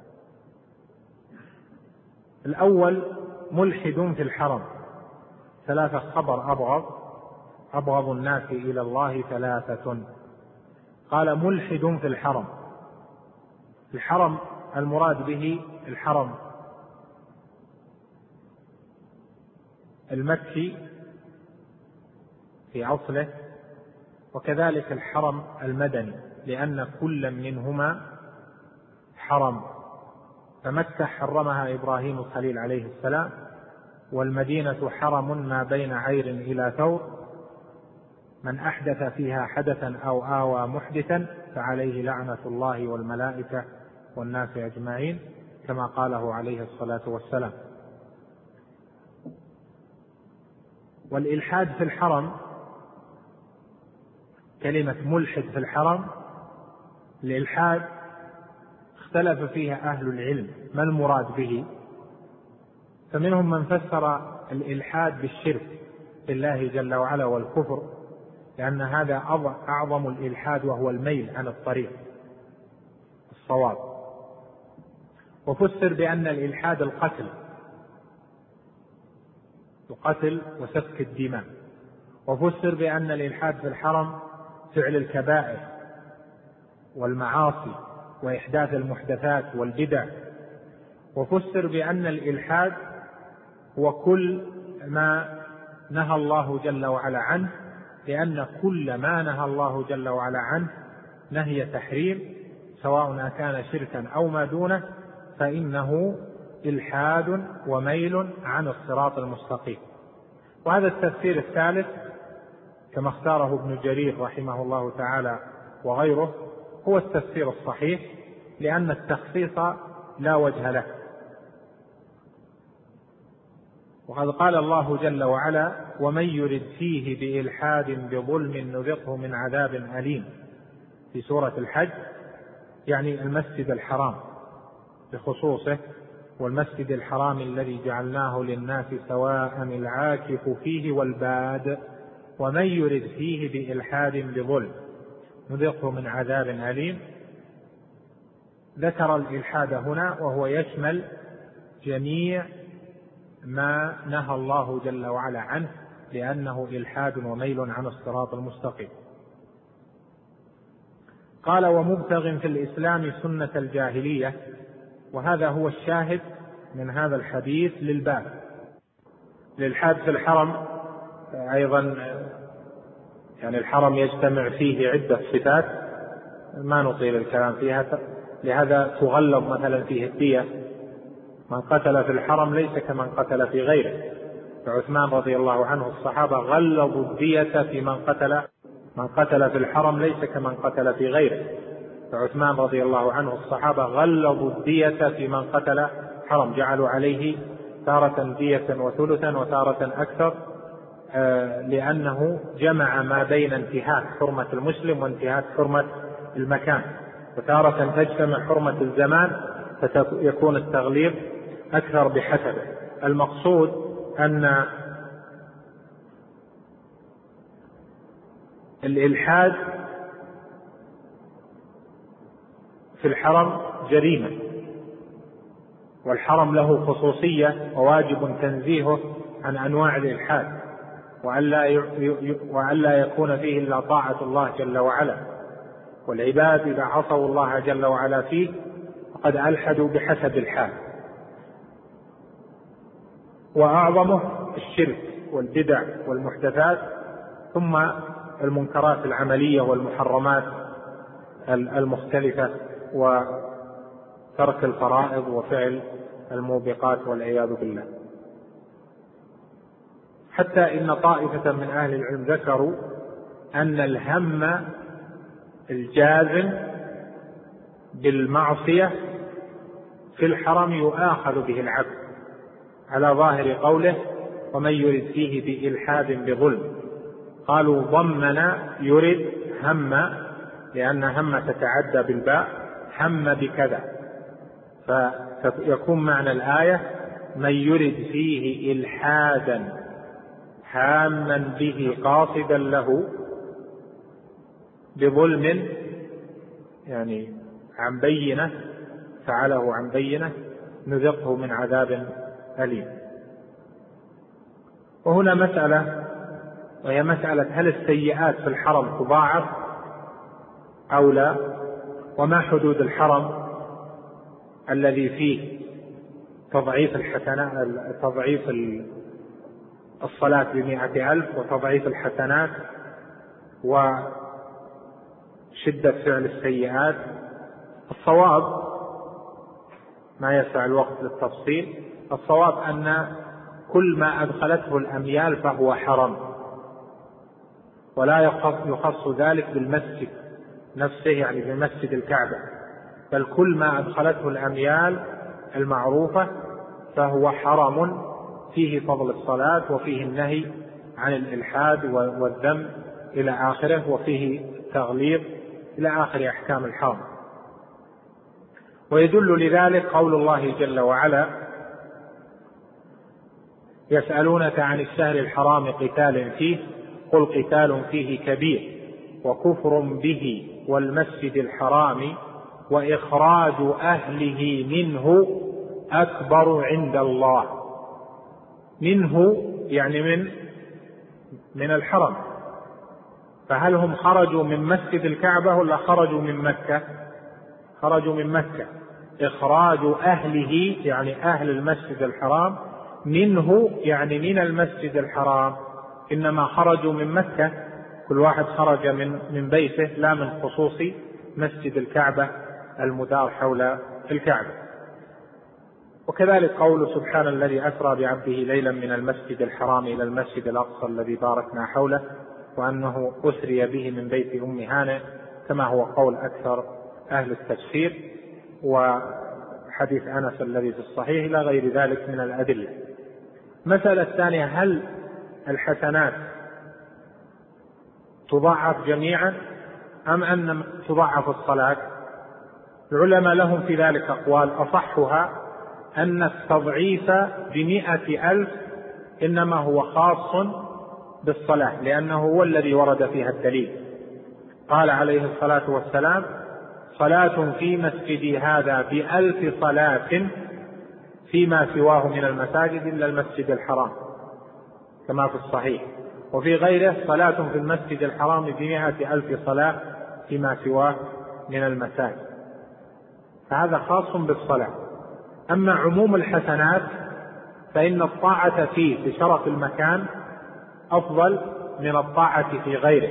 [SPEAKER 1] الأول ملحد في الحرم، ثلاثة خبر أبغض الناس إلى الله ثلاثة. قال ملحد في الحرم. الحرم المراد به الحرم المكي في أصله، وكذلك الحرم المدني، لأن كل منهما حرم، فمكة حرمها إبراهيم الخليل عليه السلام، والمدينة حرم ما بين عير إلى ثور، من أحدث فيها حدثا أو آوى محدثا فعليه لعنة الله والملائكة والناس أجمعين، كما قاله عليه الصلاة والسلام. والإلحاد في الحرم، كلمة ملحد في الحرم، الإلحاد اختلف فيها أهل العلم ما المراد به، فمنهم من فسر الإلحاد بالشرك بالله جل وعلا والكفر، لأن هذا أعظم الإلحاد، وهو الميل عن الطريق الصواب. وفسر بأن الإلحاد القتل وسفك الدماء. وفسر بأن الإلحاد في الحرم فعل الكبائر والمعاصي وإحداث المحدثات والبدع. وفسر بأن الإلحاد هو كل ما نهى الله جل وعلا عنه، لأن كل ما نهى الله جل وعلا عنه نهي تحريم، سواء كان شركا أو ما دونه، فإنه إلحاد وميل عن الصراط المستقيم. وهذا التفسير الثالث كما اختاره ابن جرير رحمه الله تعالى وغيره هو التفسير الصحيح، لأن التخصيص لا وجه له. وقد قال الله جل وعلا: ومن يرد فيه بإلحاد بظلم نذقه من عذاب أليم، في سورة الحج، يعني المسجد الحرام بخصوصه، والمسجد الحرام الذي جعلناه للناس سواء العاكف فيه والباد، ومن يرد فيه بإلحاد بظلم نذقه من عذاب أليم. ذكر الإلحاد هنا وهو يشمل جميع ما نهى الله جل وعلا عنه، لأنه إلحاد وميل عن الصراط المستقيم. قال: ومبتغ في الإسلام سنة الجاهلية. وهذا هو الشاهد من هذا الحديث للباب. الإلحاد في الحرم أيضا، يعني الحرم يجتمع فيه عدة صفات ما نطيل الكلام فيها، لهذا تغلظ مثلا فيه الدية. من قتل في الحرم ليس كمن قتل في غيره. فعثمان رضي الله عنه الصحابة غلظوا الدية في من قتل في الحرم ليس كمن قتل في غيره. فعثمان رضي الله عنه الصحابة غلظوا الدية في من قتل حرم، جعلوا عليه تارة دية وثلثا وتارة أكثر، لأنه جمع ما بين انتهاك حرمة المسلم وانتهاك حرمة المكان. وتارة تجتمع حرمة الزمان فيكون التغليظ أكثر بحسبه. المقصود أن الإلحاد في الحرم جريمة، والحرم له خصوصية وواجب تنزيهه عن أنواع الإلحاد، وألا يكون فيه إلا طاعة الله جل وعلا. والعباد إذا عصوا الله جل وعلا فيه فقد ألحدوا بحسب الحال. وأعظمه الشرك والبدع والمحدثات، ثم المنكرات العملية والمحرمات المختلفة، وترك الفرائض وفعل الموبقات والعياذ بالله. حتى إن طائفة من أهل العلم ذكروا أن الهم الجازم بالمعصية في الحرم يؤاخذ به العبد على ظاهر قوله: ومن يرد فيه بإلحاد بظلم. قالوا ضمن يرد هم، لأن هم تتعدى بالباء، هم بكذا، فيكون معنى الآية: من يرد فيه إلحادا هاما به قاصدا له بظلم، يعني عن بينة، فعله عن بينة، نذقه من عذاب أليم. وهنا مسألة، وهي مسألة: هل السيئات في الحرم تضاعف أو لا؟ وما حدود الحرم الذي فيه تضعيف الحسنات، تضعيف الصلاة ب100,000 وتضعيف الحسنات وشدة فعل السيئات؟ الصواب، ما يسع الوقت للتفصيل، الصواب أن كل ما أدخلته الأميال فهو حرم، ولا يخص ذلك بالمسجد نفسه، يعني بمسجد الكعبة، بل كل ما أدخلته الأميال المعروفة فهو حرم، فيه فضل الصلاة وفيه النهي عن الإلحاد والذم إلى آخره، وفيه تغليظ إلى آخر أحكام الحرم. ويدل لذلك قول الله جل وعلا: يسألونك عن الشهر الحرام قتال فيه قل قتال فيه كبير وكفر به والمسجد الحرام وإخراج أهله منه أكبر عند الله. منه يعني من الحرم، فهل هم خرجوا من مسجد الكعبة ولا خرجوا من مكة؟ خرجوا من مكة. إخراج أهله يعني أهل المسجد الحرام، منه يعني من المسجد الحرام، إنما خرجوا من مكة، كل واحد خرج من بيته، لا من خصوص مسجد الكعبة المدار حول الكعبة. وكذلك قول سبحان الذي أسرى بعبده ليلا من المسجد الحرام إلى المسجد الأقصى الذي باركنا حوله وأنه أسري به من بيت أم هانئ، كما هو قول أكثر أهل التفسير، وحديث أنس الذي في الصحيح إلى غير ذلك من الأدلة. مسألة الثانية: هل الحسنات تضاعف جميعا أم أن تضاعف الصلاة؟ العلماء لهم في ذلك أقوال، أصحها أن التضعيف ب100,000 إنما هو خاص بالصلاة، لأنه هو الذي ورد فيها الدليل. قال عليه الصلاة والسلام: صلاة في مسجدي هذا ب1000 صلاة فيما سواه من المساجد إلا المسجد الحرام، كما في الصحيح. وفي غيره صلاة في المسجد الحرام ب100,000 صلاة فيما سواه من المساجد. فهذا خاص بالصلاة. أما عموم الحسنات فإن الطاعة فيه بشرف المكان أفضل من الطاعة في غيره.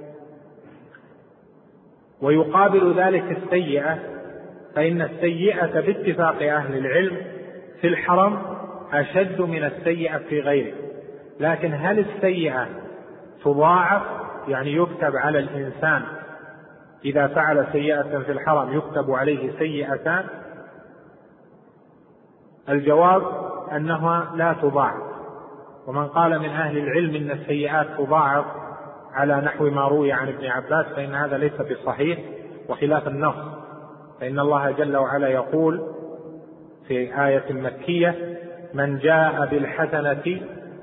[SPEAKER 1] ويقابل ذلك السيئة، فإن السيئة باتفاق أهل العلم في الحرم أشد من السيئة في غيره. لكن هل السيئة تضاعف؟ يعني يكتب على الإنسان إذا فعل سيئة في الحرم يكتب عليه سيئتان؟ الجواب أنها لا تضاعف. ومن قال من أهل العلم إن السيئات تضاعف على نحو ما روي عن ابن عباس فإن هذا ليس بصحيح وخلاف النص. فإن الله جل وعلا يقول في آية مكية: من جاء بالحسنة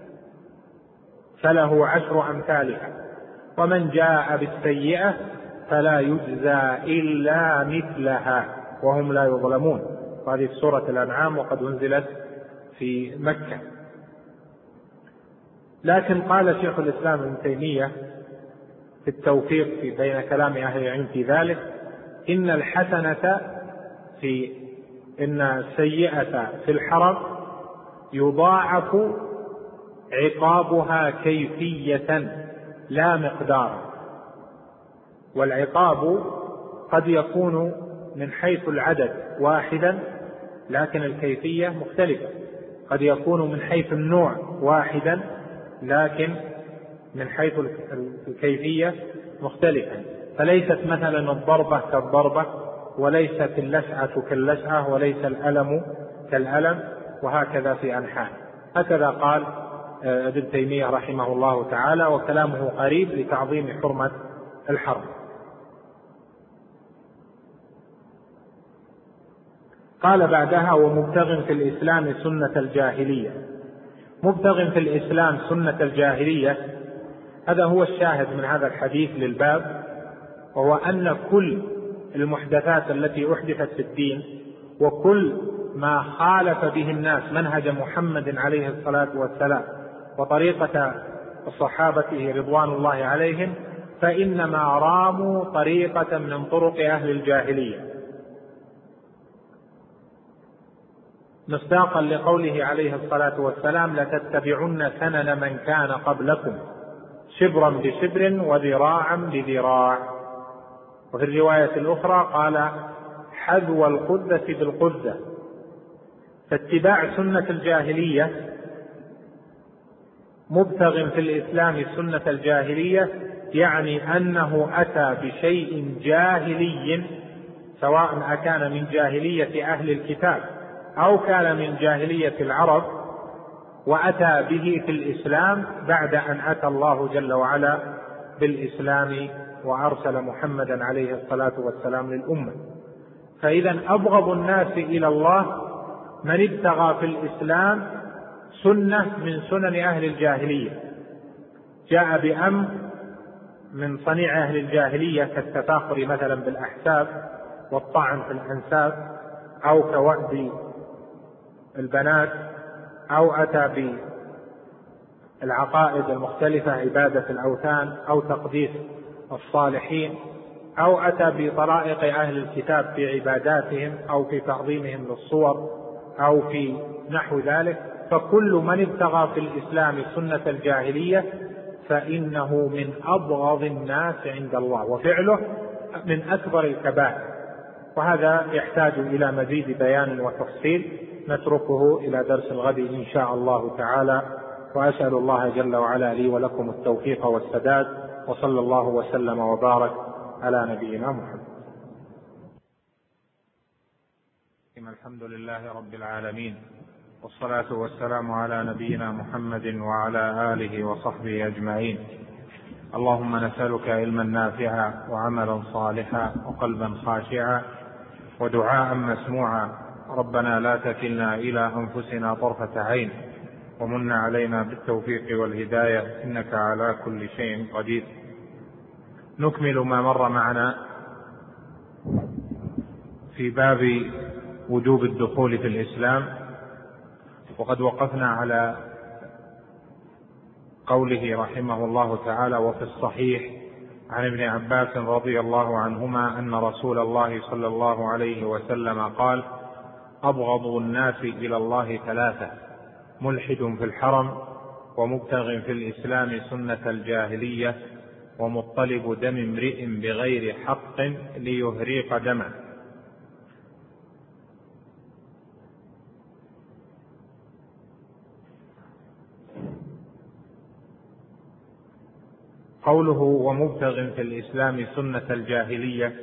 [SPEAKER 1] فله 10 أمثالها ومن جاء بالسيئة فلا يجزى إلا مثلها وهم لا يظلمون. وهذه سورة الأنعام وقد أنزلت في مكة. لكن قال شيخ الإسلام ابن تيمية في التوفيق بين كلام أهل العلم في ذلك: إن السيئة في الحرم يضاعف عقابها كيفية لا مقدار. والعقاب قد يكون من حيث العدد واحدا لكن الكيفية مختلفة، قد يكون من حيث النوع واحدا لكن من حيث الكيفية مختلفة. فليست مثلا الضربة كالضربة، وليست اللسعة كاللسعة، وليس الألم كالألم، وهكذا في أنحاء. هكذا قال ابن تيمية رحمه الله تعالى، وكلامه قريب لتعظيم حرمة الحرم. قال بعدها: ومبتغ في الإسلام سنة الجاهلية. مبتغ في الإسلام سنة الجاهلية، هذا هو الشاهد من هذا الحديث للباب، وهو أن كل المحدثات التي أحدثت في الدين وكل ما خالف به الناس منهج محمد عليه الصلاة والسلام وطريقة صحابته رضوان الله عليهم فإنما راموا طريقة من طرق أهل الجاهلية، مصداقا لقوله عليه الصلاة والسلام: لتتبعن سنن من كان قبلكم شبرا بشبر وذراعا بذراع. وفي الرواية الأخرى قال: حذو القذة بالقذة. فاتباع سنة الجاهلية، مبتغ في الإسلام سنة الجاهلية، يعني أنه أتى بشيء جاهلي، سواء أكان من جاهلية أهل الكتاب أو كان من جاهلية العرب، وأتى به في الإسلام بعد أن أتى الله جل وعلا بالإسلام وأرسل محمدا عليه الصلاة والسلام للأمة. فإذا أبغض الناس إلى الله من ابتغى في الإسلام سنة من سنن أهل الجاهلية، جاء بأمر من صنيع أهل الجاهلية كالتفاخر مثلا بالأحساب والطعن في الأنساب، أو كوأد البنات، أو أتى بالعقائد المختلفة عبادة الأوثان أو تقديس الصالحين، أو أتى بطرائق أهل الكتاب في عباداتهم أو في تعظيمهم للصور أو في نحو ذلك. فكل من ابتغى في الإسلام سنة الجاهلية فإنه من أبغض الناس عند الله، وفعله من أكبر الكبائر. وهذا يحتاج إلى مزيد بيان وتفصيل، نتركه إلى درس الغد إن شاء الله تعالى. وأسأل الله جل وعلا لي ولكم التوفيق والسداد، وصلى الله وسلم وبارك على نبينا محمد. الحمد لله رب العالمين، والصلاة والسلام على نبينا محمد وعلى آله وصحبه أجمعين. اللهم نسألك علما نافعا وعملا صالحا وقلبا خاشعا ودعاء مسموعا. ربنا لا تكلنا إلى أنفسنا طرفة عين، ومن علينا بالتوفيق والهداية، إنك على كل شيء قدير. نكمل ما مر معنا في باب وجوب الدخول في الإسلام، وقد وقفنا على قوله رحمه الله تعالى: وفي الصحيح عن ابن عباس رضي الله عنهما أن رسول الله صلى الله عليه وسلم قال: أبغض الناس إلى الله ثلاثة: ملحد في الحرم، ومبتغ في الإسلام سنة الجاهلية، ومطلب دم امرئ بغير حق ليهريق دمه. قوله ومبتغ في الإسلام سنة الجاهلية،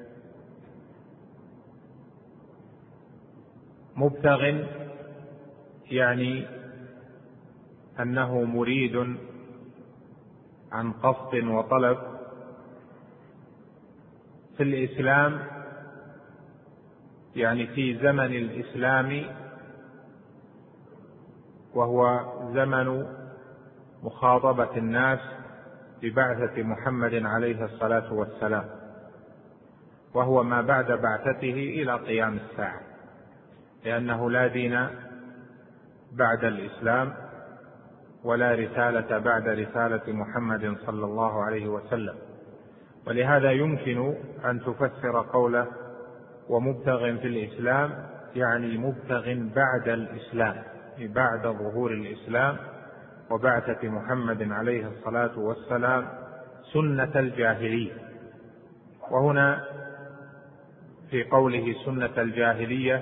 [SPEAKER 1] مبتغ يعني أنه مريد عن قصد وطلب في الإسلام، يعني في زمن الإسلام، وهو زمن مخاطبة الناس ببعثة محمد عليه الصلاة والسلام، وهو ما بعد بعثته إلى قيام الساعة، لأنه لا دين بعد الإسلام ولا رسالة بعد رسالة محمد صلى الله عليه وسلم. ولهذا يمكن أن تفسر قوله ومبتغ في الإسلام يعني مبتغ بعد الإسلام، بعد ظهور الإسلام وبعثة محمد عليه الصلاة والسلام سنة الجاهلية. وهنا في قوله سنة الجاهلية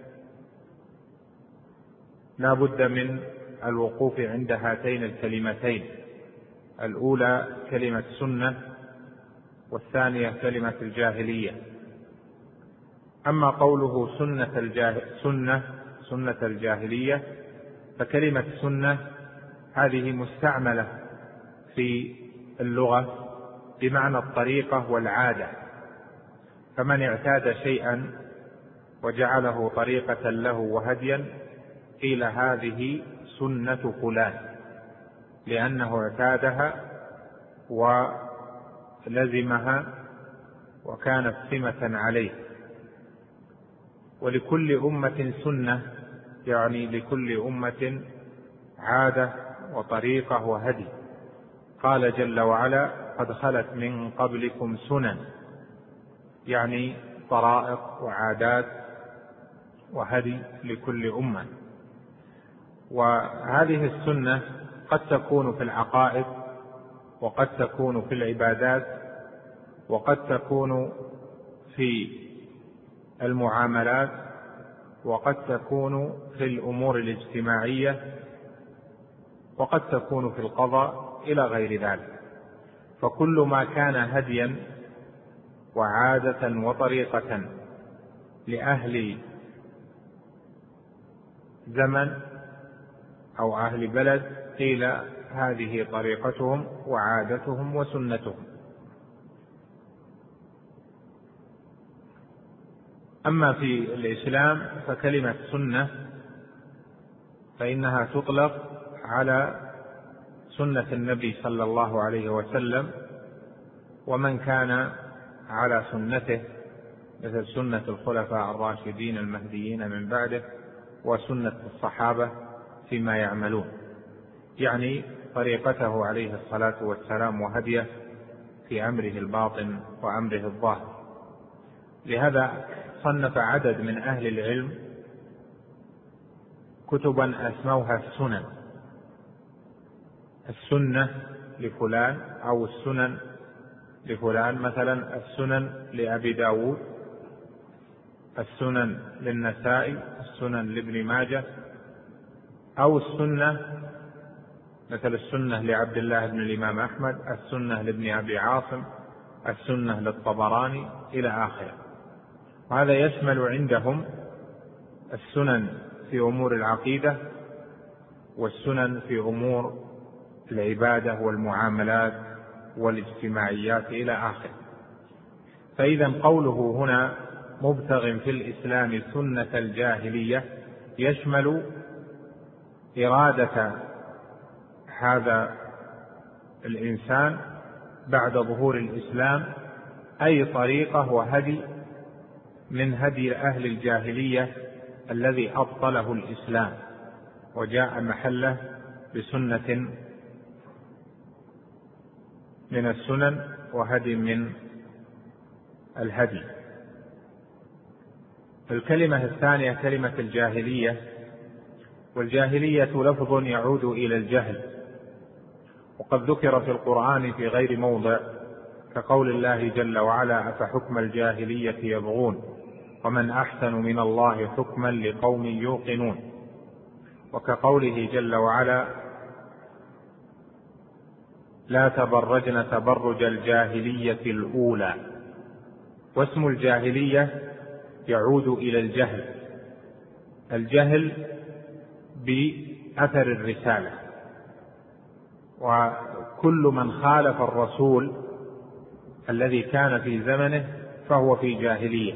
[SPEAKER 1] لا بد من الوقوف عند هاتين الكلمتين: الأولى كلمة سنة، والثانية كلمة الجاهلية. أما قوله سنة الجاهلية، فكلمة سنة هذه مستعملة في اللغة بمعنى الطريقة والعادة، فمن اعتاد شيئا وجعله طريقة له وهديا قيل هذه سنة فلان، لأنه اعتادها ولزمها وكانت سمة عليه. ولكل أمة سنة، يعني لكل أمة عادة وطريقة وهدي. قال جل وعلا: قد خلت من قبلكم سنن، يعني طرائق وعادات وهدي لكل أمة. وهذه السنة قد تكون في العقائد، وقد تكون في العبادات، وقد تكون في المعاملات، وقد تكون في الأمور الاجتماعية، وقد تكون في القضاء إلى غير ذلك. فكل ما كان هديا وعادة وطريقة لأهل زمن أو أهل بلد قيل هذه طريقتهم وعادتهم وسنتهم. أما في الإسلام فكلمة سنة فإنها تطلق على سنة النبي صلى الله عليه وسلم ومن كان على سنته، مثل سنة الخلفاء الراشدين المهديين من بعده، وسنة الصحابة فيما يعملون، يعني طريقته عليه الصلاة والسلام وهديه في أمره الباطن وأمره الظاهر. لهذا صنف عدد من أهل العلم كتبا أسموها السنن، السنة لفلان أو السنن لفلان، مثلا السنن لأبي داود، السنن للنسائي، السنن لابن ماجه، أو السنة مثل السنة لعبد الله بن الإمام أحمد، السنة لابن أبي عاصم، السنة للطبراني إلى آخره. وهذا يشمل عندهم السنن في أمور العقيدة، والسنن في أمور العبادة والمعاملات والاجتماعيات إلى آخره. فإذا قوله هنا مبتغ في الإسلام سنة الجاهلية يشمل إرادة هذا الإنسان بعد ظهور الإسلام أي طريقة وهدي من هدي أهل الجاهلية الذي أبطله الإسلام وجاء محله بسنة من السنن وهدي من الهدي. الكلمة الثانية كلمة الجاهلية، والجاهلية لفظ يعود إلى الجهل، وقد ذكر في القرآن في غير موضع كقول الله جل وعلا: أفحكم الجاهلية يبغون ومن أحسن من الله حكما لقوم يوقنون، وكقوله جل وعلا: لا تبرجن تبرج الجاهلية الأولى. واسم الجاهلية يعود إلى الجهل، الجهل بأثر الرسالة، وكل من خالف الرسول الذي كان في زمنه فهو في جاهلية.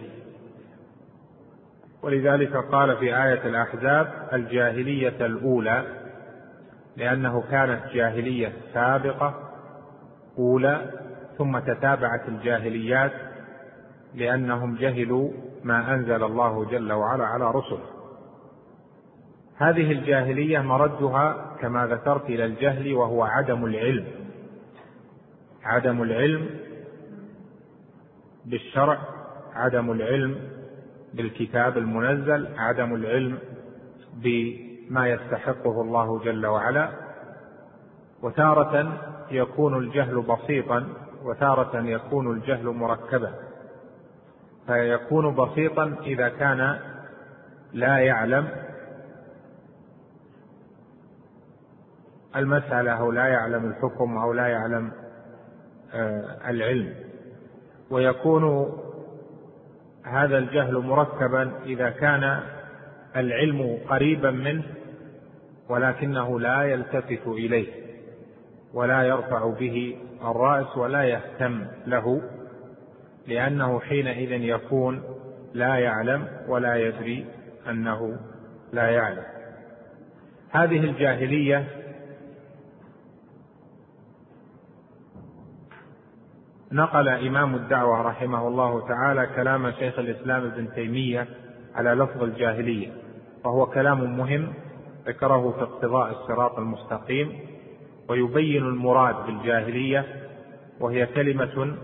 [SPEAKER 1] ولذلك قال في آية الأحزاب: الجاهلية الأولى، لأنه كانت جاهلية سابقة أولى ثم تتابعت الجاهليات لأنهم جهلوا ما أنزل الله جل وعلا على رسله. هذه الجاهلية مردها كما ذكرت إلى الجهل، وهو عدم العلم، عدم العلم بالشرع، عدم العلم بالكتاب المنزل، عدم العلم بما يستحقه الله جل وعلا. وتارة يكون الجهل بسيطا وتارة يكون الجهل مركبا، فيكون بسيطا إذا كان لا يعلم المسألة أو لا يعلم الحكم أو لا يعلم العلم، ويكون هذا الجهل مركبا إذا كان العلم قريبا منه ولكنه لا يلتفت إليه ولا يرفع به الرأس ولا يهتم له، لأنه حينئذ يكون لا يعلم ولا يدري أنه لا يعلم. هذه الجاهلية نقل إمام الدعوة رحمه الله تعالى كلام شيخ الإسلام ابن تيمية على لفظ الجاهلية، وهو كلام مهم ذكره في اقتضاء الصراط المستقيم، ويبين المراد بالجاهلية، وهي كلمة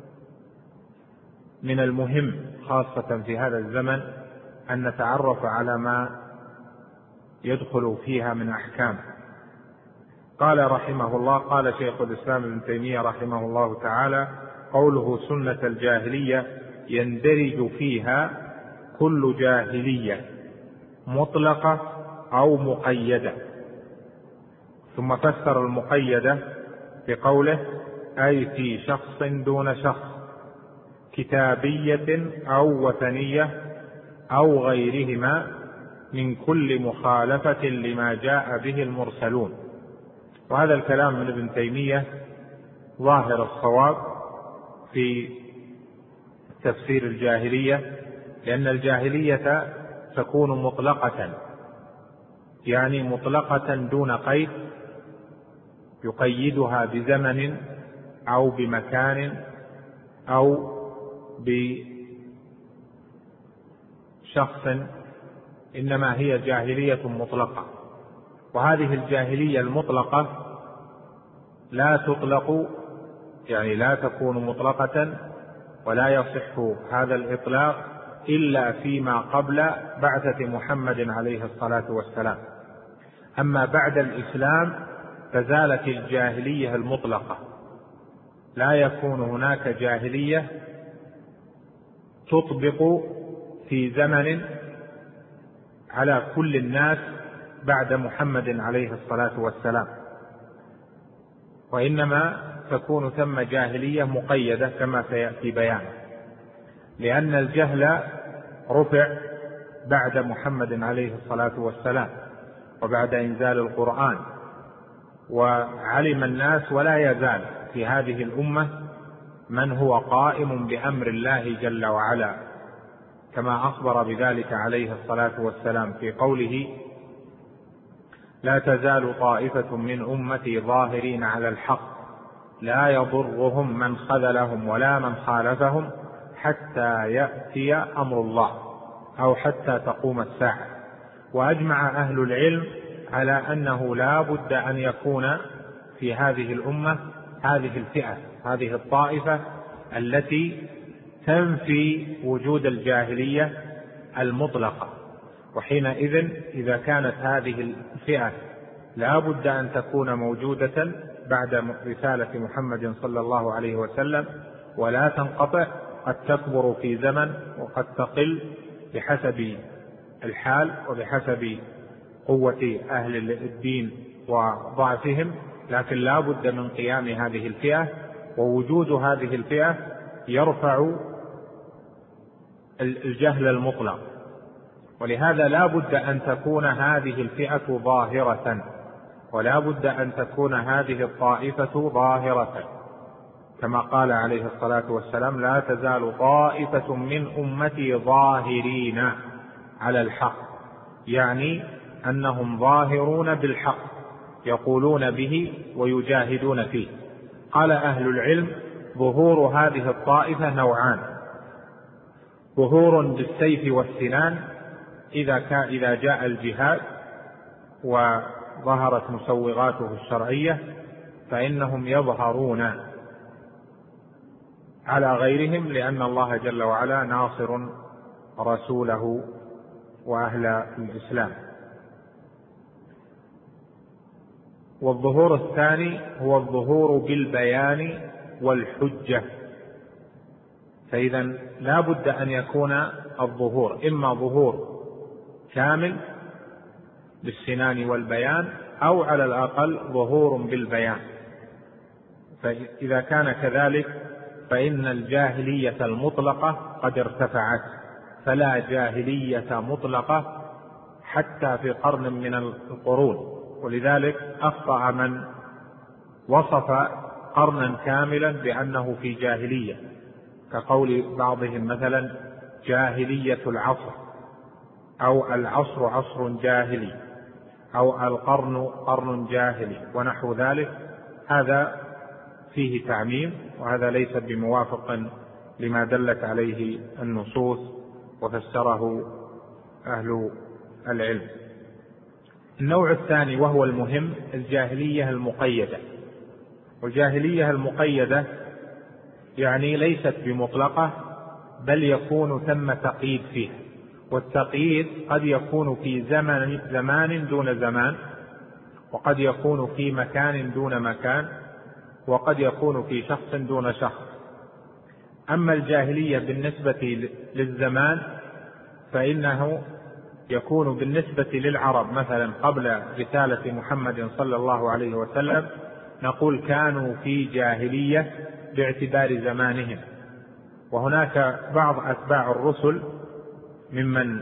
[SPEAKER 1] من المهم خاصة في هذا الزمن أن نتعرف على ما يدخل فيها من أحكام. قال رحمه الله: قال شيخ الإسلام ابن تيمية رحمه الله تعالى: قوله سنة الجاهلية يندرج فيها كل جاهلية مطلقة أو مقيدة. ثم فسر المقيدة بقوله: أي في شخص دون شخص، كتابية أو وثنية أو غيرهما، من كل مخالفة لما جاء به المرسلون. وهذا الكلام من ابن تيمية ظاهر الصواب في تفسير الجاهلية، لأن الجاهلية تكون مطلقة، يعني مطلقة دون قيد، يقيدها بزمن أو بمكان أو بشخص، إنما هي جاهلية مطلقة. وهذه الجاهلية المطلقة لا تطلق، يعني لا تكون مطلقة ولا يصح هذا الإطلاق إلا فيما قبل بعثة محمد عليه الصلاة والسلام. أما بعد الإسلام فزالت الجاهلية المطلقة، لا يكون هناك جاهلية تطبق في زمن على كل الناس بعد محمد عليه الصلاة والسلام، وإنما تكون ثم جاهلية مقيدة كما سيأتي بيانه، لأن الجهل رفع بعد محمد عليه الصلاة والسلام وبعد إنزال القرآن، وعلم الناس ولا يزال في هذه الأمة من هو قائم بأمر الله جل وعلا، كما أخبر بذلك عليه الصلاة والسلام في قوله: لا تزال طائفة من أمتي ظاهرين على الحق لا يضرهم من خذلهم ولا من خالفهم حتى يأتي أمر الله أو حتى تقوم الساعة. وأجمع أهل العلم على أنه لا بد أن يكون في هذه الأمة هذه الفئة، هذه الطائفة التي تنفي وجود الجاهلية المطلقة. وحينئذ إذا كانت هذه الفئة لا بد أن تكون موجودة بعد رسالة محمد صلى الله عليه وسلم ولا تنقطع، قد تكبر في زمن وقد تقل بحسب الحال وبحسب قوة أهل الدين وضعفهم، لكن لا بد من قيام هذه الفئة، ووجود هذه الفئة يرفع الجهل المطلق. ولهذا لا بد أن تكون هذه الفئة ظاهرة، ولا بد أن تكون هذه الطائفة ظاهرة، كما قال عليه الصلاة والسلام: لا تزال طائفة من أمتي ظاهرين على الحق، يعني أنهم ظاهرون بالحق يقولون به ويجاهدون فيه. قال أهل العلم: ظهور هذه الطائفة نوعان: ظهور بالسيف والسنان إذا جاء الجهاد وظهرت مسوغاته الشرعية فإنهم يظهرون على غيرهم، لأن الله جل وعلا ناصر رسوله وأهل الإسلام. والظهور الثاني هو الظهور بالبيان والحجة. فإذا لا بد أن يكون الظهور إما ظهور كامل بالسنان والبيان، أو على الأقل ظهور بالبيان. فإذا كان كذلك فإن الجاهلية المطلقة قد ارتفعت، فلا جاهلية مطلقة حتى في قرن من القرون. ولذلك أخطأ من وصف قرنا كاملا بأنه في جاهلية، كقول بعضهم مثلا جاهلية العصر، أو العصر عصر جاهلي، أو القرن قرن جاهلي ونحو ذلك. هذا فيه تعميم، وهذا ليس بموافق لما دلت عليه النصوص وفسره أهل العلم. النوع الثاني وهو المهم: الجاهلية المقيدة. والجاهلية المقيدة يعني ليست بمطلقة، بل يكون ثم تقييد فيها، والتقييد قد يكون في زمان دون زمان، وقد يكون في مكان دون مكان، وقد يكون في شخص دون شخص. أما الجاهلية بالنسبة للزمان فإنه يكون بالنسبة للعرب مثلا قبل رسالة محمد صلى الله عليه وسلم، نقول كانوا في جاهلية باعتبار زمانهم. وهناك بعض أتباع الرسل ممن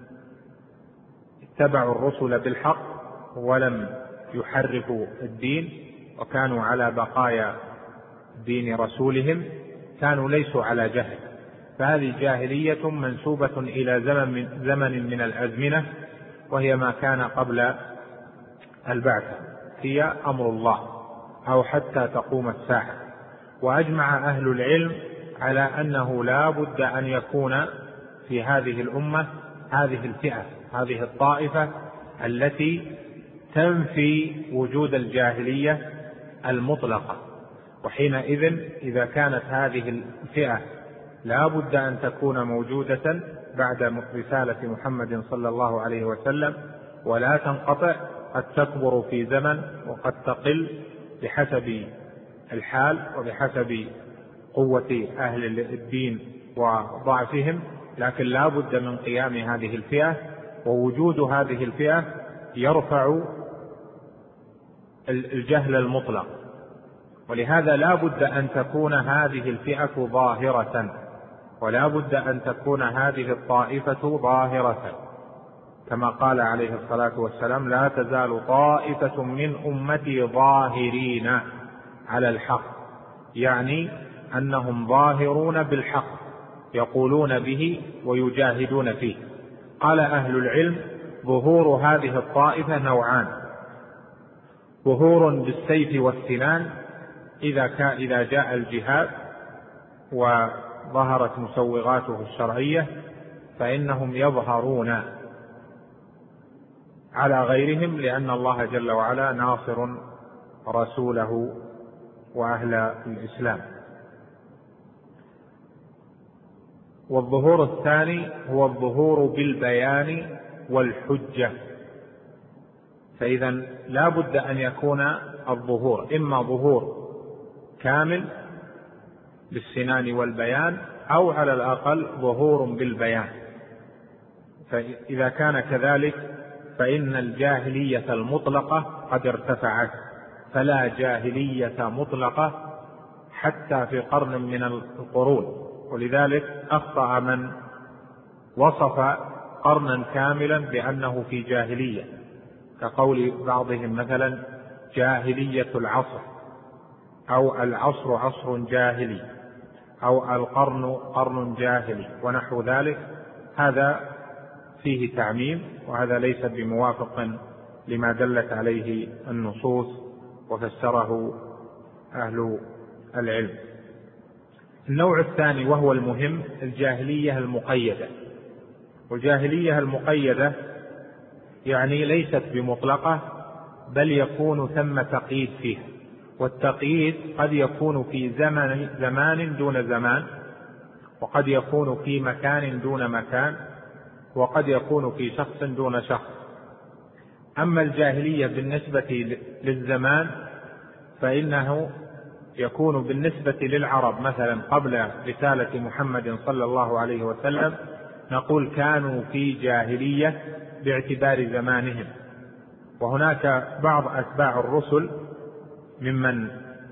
[SPEAKER 1] اتبعوا الرسل بالحق ولم يحرفوا الدين وكانوا على بقايا دين رسولهم، كانوا ليسوا على جهل، فهذه جاهلية منسوبة إلى زمن من الأزمنة، وهي ما كان قبل البعثة، هي أمر الله أو حتى تقوم الساعة. وأجمع أهل العلم على أنه لا بد أن يكون في هذه الأمة هذه الفئة، هذه الطائفة التي تنفي وجود الجاهلية المطلقة. وحينئذ إذا كانت هذه الفئة لا بد أن تكون موجودة بعد رسالة محمد صلى الله عليه وسلم ولا تنقطع، قد تكبر في زمن وقد تقل بحسب الحال وبحسب قوة أهل الدين وضعفهم، لكن لا بد من قيام هذه الفئة، ووجود هذه الفئة يرفع الجهل المطلق. ولهذا لا بد أن تكون هذه الفئة ظاهرة، ولا بد أن تكون هذه الطائفة ظاهرة، كما قال عليه الصلاة والسلام: لا تزال طائفة من أمتي ظاهرين على الحق، يعني أنهم ظاهرون بالحق يقولون به ويجاهدون فيه. قال أهل العلم: ظهور هذه الطائفة نوعان: ظهور بالسيف والسنان إذا جاء الجهاد وظهرت مسوغاته الشرعية فإنهم يظهرون على غيرهم، لأن الله جل وعلا ناصر رسوله وأهل الإسلام. والظهور الثاني هو الظهور بالبيان والحجة. فإذا لا بد أن يكون الظهور إما ظهور كامل بالسنان والبيان، أو على الأقل ظهور بالبيان. فإذا كان كذلك فإن الجاهلية المطلقة قد ارتفعت، فلا جاهلية مطلقة حتى في قرن من القرون. ولذلك أخطأ من وصف قرنا كاملا بأنه في جاهلية، كقول بعضهم مثلا جاهلية العصر، أو العصر عصر جاهلي، أو القرن قرن جاهلي ونحو ذلك. هذا فيه تعميم، وهذا ليس بموافق لما دلت عليه النصوص وفسره أهل العلم. النوع الثاني وهو المهم الجاهلية المقيدة. والجاهلية المقيدة يعني ليست بمطلقة، بل يكون ثم تقييد فيها. والتقييد قد يكون في زمان دون زمان، وقد يكون في مكان دون مكان، وقد يكون في شخص دون شخص. أما الجاهلية بالنسبة للزمان فإنه يكون بالنسبة للعرب مثلا قبل رسالة محمد صلى الله عليه وسلم، نقول كانوا في جاهلية باعتبار زمانهم. وهناك بعض أتباع الرسل ممن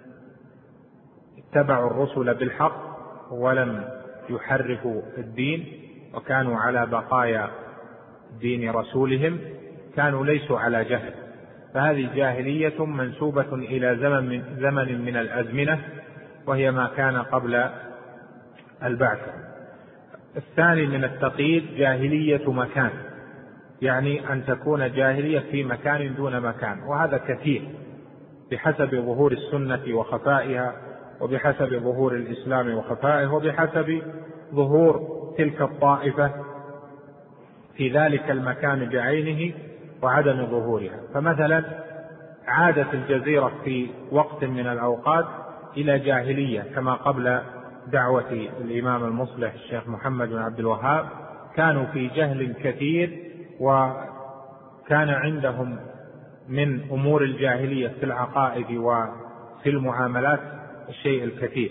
[SPEAKER 1] اتبعوا الرسل بالحق ولم يحرفوا الدين وكانوا على بقايا دين رسولهم، كانوا ليسوا على جهل، فهذه جاهلية منسوبة إلى زمن من الأزمنة، وهي ما كان قبل البعثة. الثاني من التقييد جاهلية مكان، يعني أن تكون جاهلية في مكان دون مكان، وهذا كثير بحسب ظهور السنة وخفائها، وبحسب ظهور الإسلام وخفائه، وبحسب ظهور تلك الطائفة في ذلك المكان بعينه وعدم ظهورها. فمثلا عادت الجزيرة في وقت من الأوقات إلى جاهلية كما قبل دعوة الإمام المصلح الشيخ محمد بن عبد الوهاب، كانوا في جهل كثير، وكان عندهم من أمور الجاهلية في العقائد وفي المعاملات الشيء الكثير.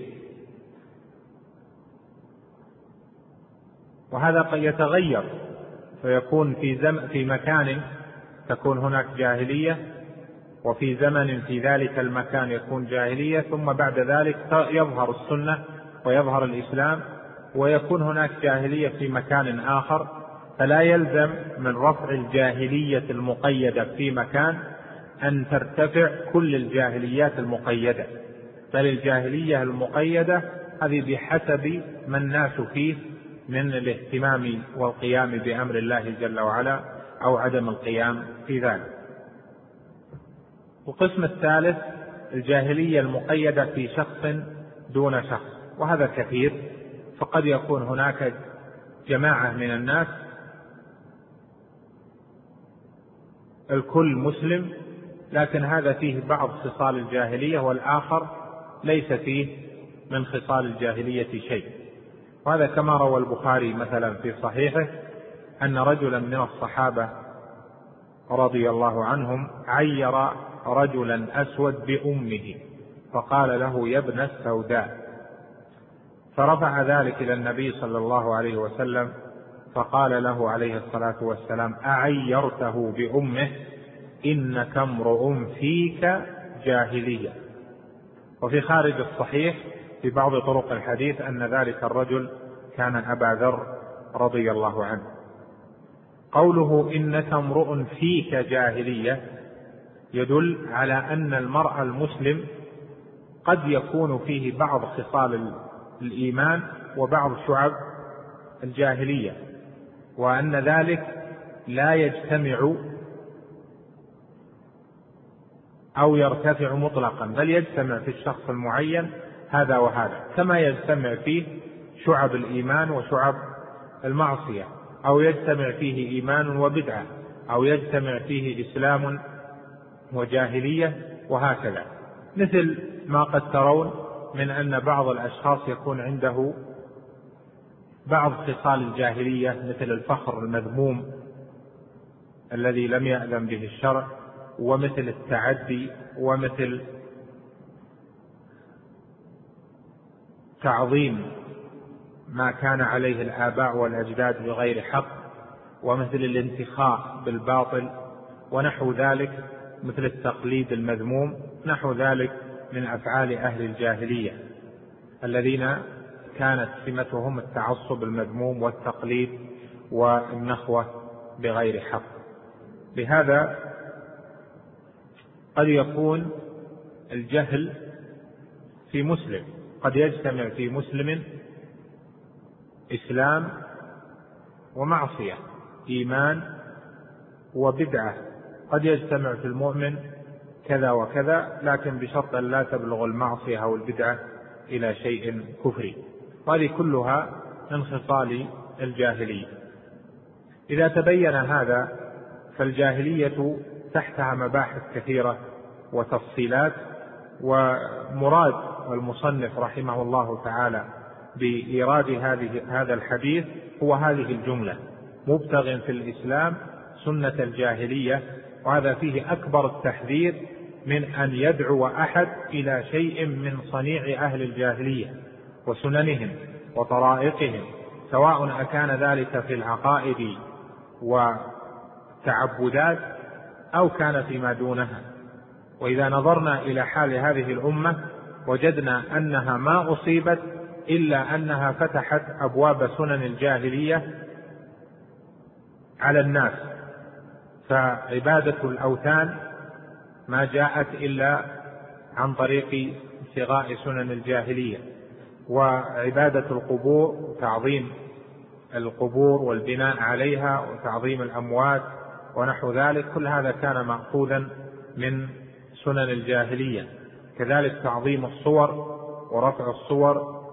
[SPEAKER 1] وهذا قد يتغير، فيكون في مكان تكون هناك جاهلية، وفي زمن في ذلك المكان يكون جاهلية، ثم بعد ذلك يظهر السنة ويظهر الإسلام ويكون هناك جاهلية في مكان آخر. فلا يلزم من رفع الجاهلية المقيدة في مكان أن ترتفع كل الجاهليات المقيدة، بل الجاهلية المقيدة هذه بحسب ما الناس فيه من الاهتمام والقيام بأمر الله جل وعلا أو عدم القيام في ذلك. والقسم الثالث الجاهلية المقيدة في شخص دون شخص، وهذا كثير. فقد يكون هناك جماعة من الناس الكل مسلم، لكن هذا فيه بعض خصال الجاهلية، والآخر ليس فيه من خصال الجاهلية شيء. وهذا كما روى البخاري مثلا في صحيحه أن رجلا من الصحابة رضي الله عنهم عير رجلا أسود بأمه، فقال له يا ابن السوداء، فرفع ذلك إلى النبي صلى الله عليه وسلم، فقال له عليه الصلاة والسلام أعيرته بأمه؟ إنك امرؤ فيك جاهلية. وفي خارج الصحيح في بعض طرق الحديث أن ذلك الرجل كان أبا ذر رضي الله عنه. قوله إنك امرؤ فيك جاهلية يدل على أن المرء المسلم قد يكون فيه بعض خصال الإيمان وبعض شعب الجاهلية، وأن ذلك لا يجتمع أو يرتفع مطلقا، بل يجتمع في الشخص المعين هذا وهذا، كما يجتمع فيه شعب الإيمان وشعب المعصية، أو يجتمع فيه إيمان وبدعة، أو يجتمع فيه إسلام وجاهلية، وهكذا. مثل ما قد ترون من أن بعض الأشخاص يكون عنده بعض خصال الجاهلية، مثل الفخر المذموم الذي لم يأذن به الشرع، ومثل التعدي، ومثل تعظيم ما كان عليه الآباء والأجداد بغير حق، ومثل الانتخاء بالباطل، ونحو ذلك، مثل التقليد المذموم، نحو ذلك من أفعال أهل الجاهلية الذين كانت سمتهم التعصب المذموم والتقليد والنخوة بغير حق. لهذا قد يكون الجهل في مسلم، قد يجتمع في مسلم إسلام ومعصية، إيمان وبدعة، قد يجتمع في المؤمن كذا وكذا، لكن بشرط أن لا تبلغ المعصية أو البدعة إلى شيء كفري. وهذه كلها من خصال الجاهلية. إذا تبين هذا فالجاهلية تحتها مباحث كثيرة وتفصيلات، ومراد المصنف رحمه الله تعالى بإيراد هذا الحديث هو هذه الجملة: مبتغ في الإسلام سنة الجاهلية. وهذا فيه أكبر التحذير من أن يدعو أحد إلى شيء من صنيع أهل الجاهلية وسننهم وطرائقهم، سواء أكان ذلك في العقائد والتعبدات أو كان فيما دونها. وإذا نظرنا إلى حال هذه الأمة وجدنا أنها ما أصيبت إلا أنها فتحت أبواب سنن الجاهلية على الناس، فعبادة الأوثان ما جاءت إلا عن طريق ابتغاء سنن الجاهلية، وعبادة القبور وتعظيم القبور والبناء عليها وتعظيم الأموات ونحو ذلك، كل هذا كان مأخوذا من سنن الجاهلية. كذلك تعظيم الصور ورفع الصور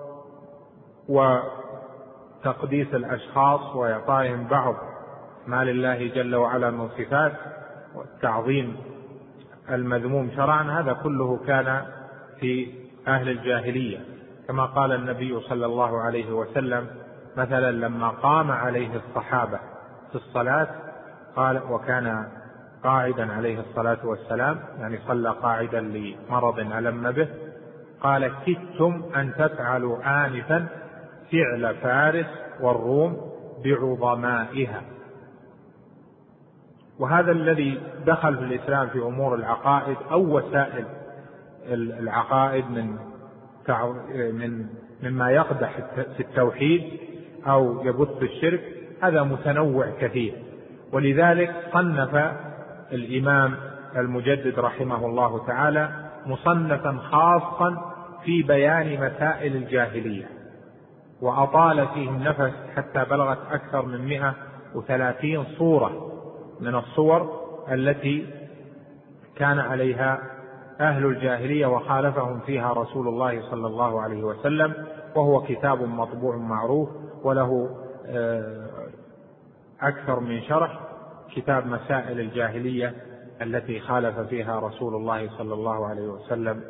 [SPEAKER 1] وتقديس الأشخاص وإعطائهم بعض ما لله جل وعلا من صفات، والتعظيم المذموم شرعا، هذا كله كان في أهل الجاهلية. كما قال النبي صلى الله عليه وسلم مثلا لما قام عليه الصحابة في الصلاة قال، وكان قاعدا عليه الصلاة والسلام، يعني صلى قاعدا لمرض ألم به، قال: كدتم أن تفعلوا آنفا فعل فارس والروم بعظمائها. وهذا الذي دخل في الإسلام في أمور العقائد أو وسائل العقائد مما يقدح في التوحيد أو يبث الشرك، هذا متنوع كثير. ولذلك صنف الإمام المجدد رحمه الله تعالى مصنفا خاصا في بيان مسائل الجاهلية، وأطال فيه النفس حتى بلغت أكثر من 130 صورة من الصور التي كان عليها أهل الجاهلية وخالفهم فيها رسول الله صلى الله عليه وسلم. وهو كتاب مطبوع معروف وله أكثر من شرح، كتاب مسائل الجاهلية التي خالف فيها رسول الله صلى الله عليه وسلم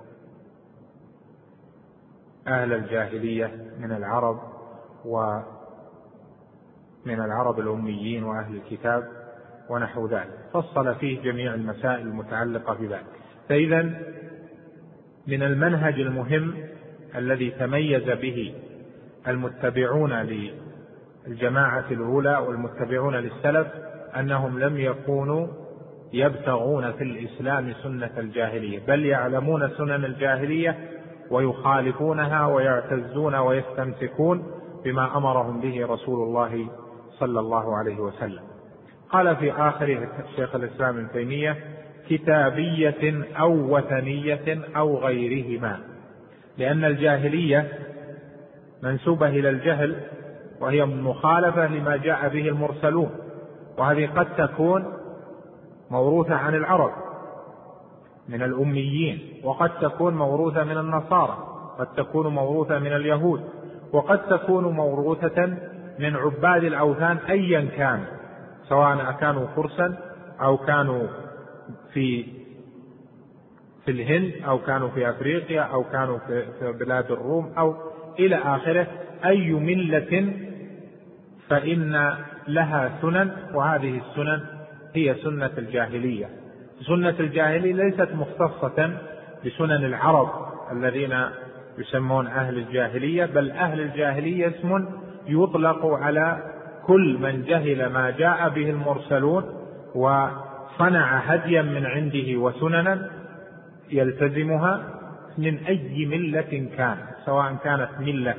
[SPEAKER 1] أهل الجاهلية من العرب ومن العرب الأميين وأهل الكتاب ونحو ذلك، فصل فيه جميع المسائل المتعلقة بذلك. فإذا من المنهج المهم الذي تميز به المتبعون للجماعة الأولى والمتبعون للسلف أنهم لم يكونوا يبتغون في الإسلام سنة الجاهلية، بل يعلمون سنن الجاهلية ويخالفونها ويعتزون ويستمسكون بما أمرهم به رسول الله صلى الله عليه وسلم. قال في آخره الشيخ الإسلام ابن تيمية: كتابية أو وثنية أو غيرهما، لأن الجاهلية منسوبة إلى الجهل، وهي مخالفة لما جاء به المرسلون، وهذه قد تكون موروثة عن العرب من الأميين، وقد تكون موروثة من النصارى، قد تكون موروثة من اليهود، وقد تكون موروثة من عباد الأوثان أيا كان، سواء كانوا فرسا أو كانوا في الهند أو كانوا في أفريقيا أو كانوا في بلاد الروم أو إلى آخره. أي ملة فإن لها سنن، وهذه السنن هي سنة الجاهلية. سنة الجاهلية ليست مختصة بسنن العرب الذين يسمون أهل الجاهلية، بل أهل الجاهلية اسم يطلق على كل من جهل ما جاء به المرسلون وصنع هديا من عنده وسننا يلتزمها من أي ملة كان، سواء كانت ملة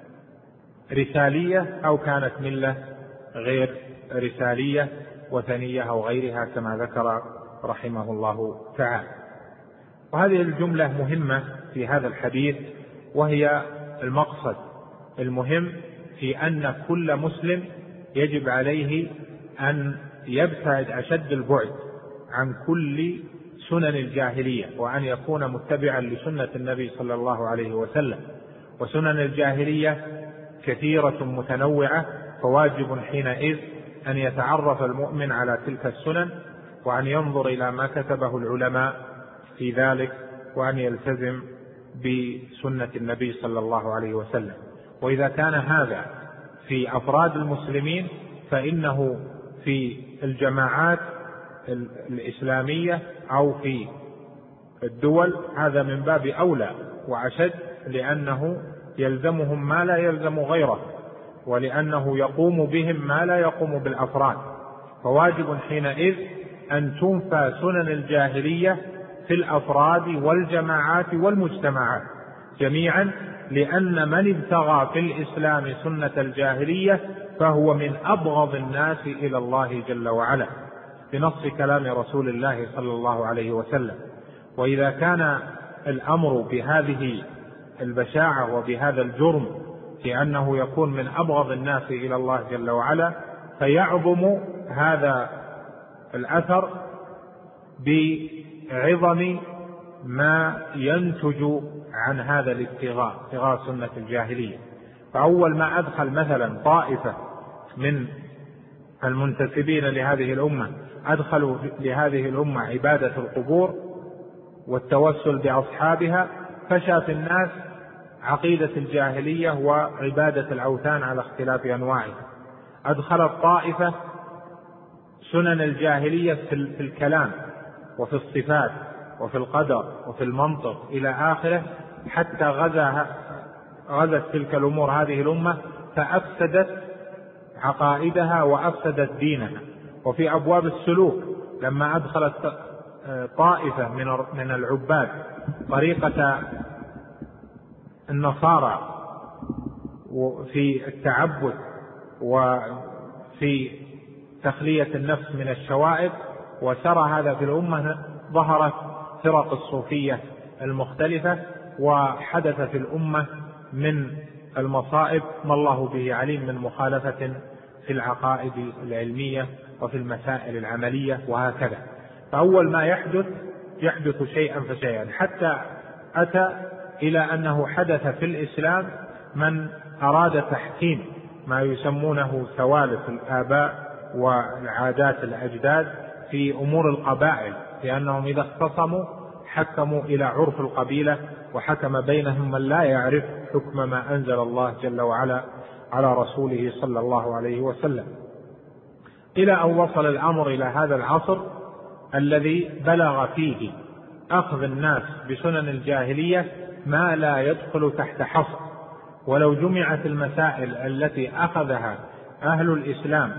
[SPEAKER 1] رسالية أو كانت ملة غير رسالية وثنية أو غيرها كما ذكر رحمه الله تعالى. وهذه الجملة مهمة في هذا الحديث، وهي المقصد المهم في أن كل مسلم يجب عليه أن يبتعد أشد البعد عن كل سنن الجاهلية، وأن يكون متبعا لسنة النبي صلى الله عليه وسلم. وسنن الجاهلية كثيرة متنوعة، فواجب حينئذ أن يتعرف المؤمن على تلك السنن، وأن ينظر إلى ما كتبه العلماء في ذلك، وأن يلتزم بسنة النبي صلى الله عليه وسلم. وإذا كان هذا في أفراد المسلمين، فإنه في الجماعات الإسلامية أو في الدول هذا من باب أولى وأشد، لأنه يلزمهم ما لا يلزم غيره، ولأنه يقوم بهم ما لا يقوم بالأفراد. فواجب حينئذ أن تنفى سنن الجاهلية في الأفراد والجماعات والمجتمعات جميعا، لأن من ابتغى في الإسلام سنة الجاهلية فهو من أبغض الناس إلى الله جل وعلا، بنص كلام رسول الله صلى الله عليه وسلم. وإذا كان الأمر بهذه البشاعة وبهذا الجرم في أنه يكون من أبغض الناس إلى الله جل وعلا، فيعظم هذا الأثر بعظم ما ينتج عن هذا ابتغاء سنة الجاهلية. فأول ما أدخل مثلا طائفة من المنتسبين لهذه الأمة أدخلوا لهذه الأمة عبادة القبور والتوسل بأصحابها، فشى في الناس عقيدة الجاهلية وعبادة الأوثان على اختلاف أنواعها. أدخلت طائفة سنن الجاهلية في الكلام وفي الصفات وفي القدر وفي المنطق إلى آخره، حتى غزت تلك الأمور هذه الأمة فأفسدت عقائدها وأفسدت دينها. وفي أبواب السلوك لما أدخلت طائفة من العباد طريقة النصارى في التعبد وفي تخلية النفس من الشوائب وسرى هذا في الأمة، ظهرت فرق الصوفية المختلفة، وحدث في الأمة من المصائب ما الله به عليم من مخالفة في العقائد العلمية وفي المسائل العملية وهكذا. فأول ما يحدث شيئا فشيئا، حتى أتى إلى أنه حدث في الإسلام من أراد تحكيم ما يسمونه ثوالث الآباء والعادات الأجداد في أمور القبائل، لأنهم إذا اختصموا حكموا إلى عرف القبيلة وحكم بينهم من لا يعرف حكم ما أنزل الله جل وعلا على رسوله صلى الله عليه وسلم، إلى أن وصل الأمر إلى هذا العصر الذي بلغ فيه أخذ الناس بسنن الجاهلية ما لا يدخل تحت حصر. ولو جمعت المسائل التي أخذها أهل الإسلام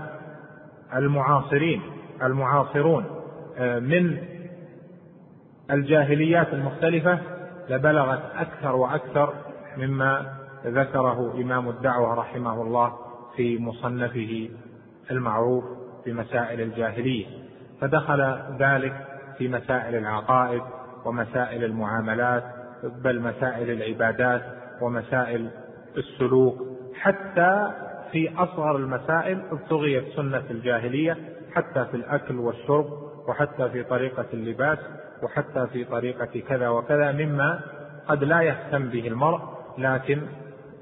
[SPEAKER 1] المعاصرون من الجاهليات المختلفة لبلغت أكثر وأكثر مما ذكره إمام الدعوة رحمه الله في مصنفه المعروف بمسائل الجاهلية. فدخل ذلك في مسائل العقائد ومسائل المعاملات، بل مسائل العبادات ومسائل السلوك، حتى في أصغر المسائل ابتغيت سنة الجاهلية، حتى في الأكل والشرب، وحتى في طريقة اللباس، وحتى في طريقة كذا وكذا مما قد لا يهتم به المرء، لكن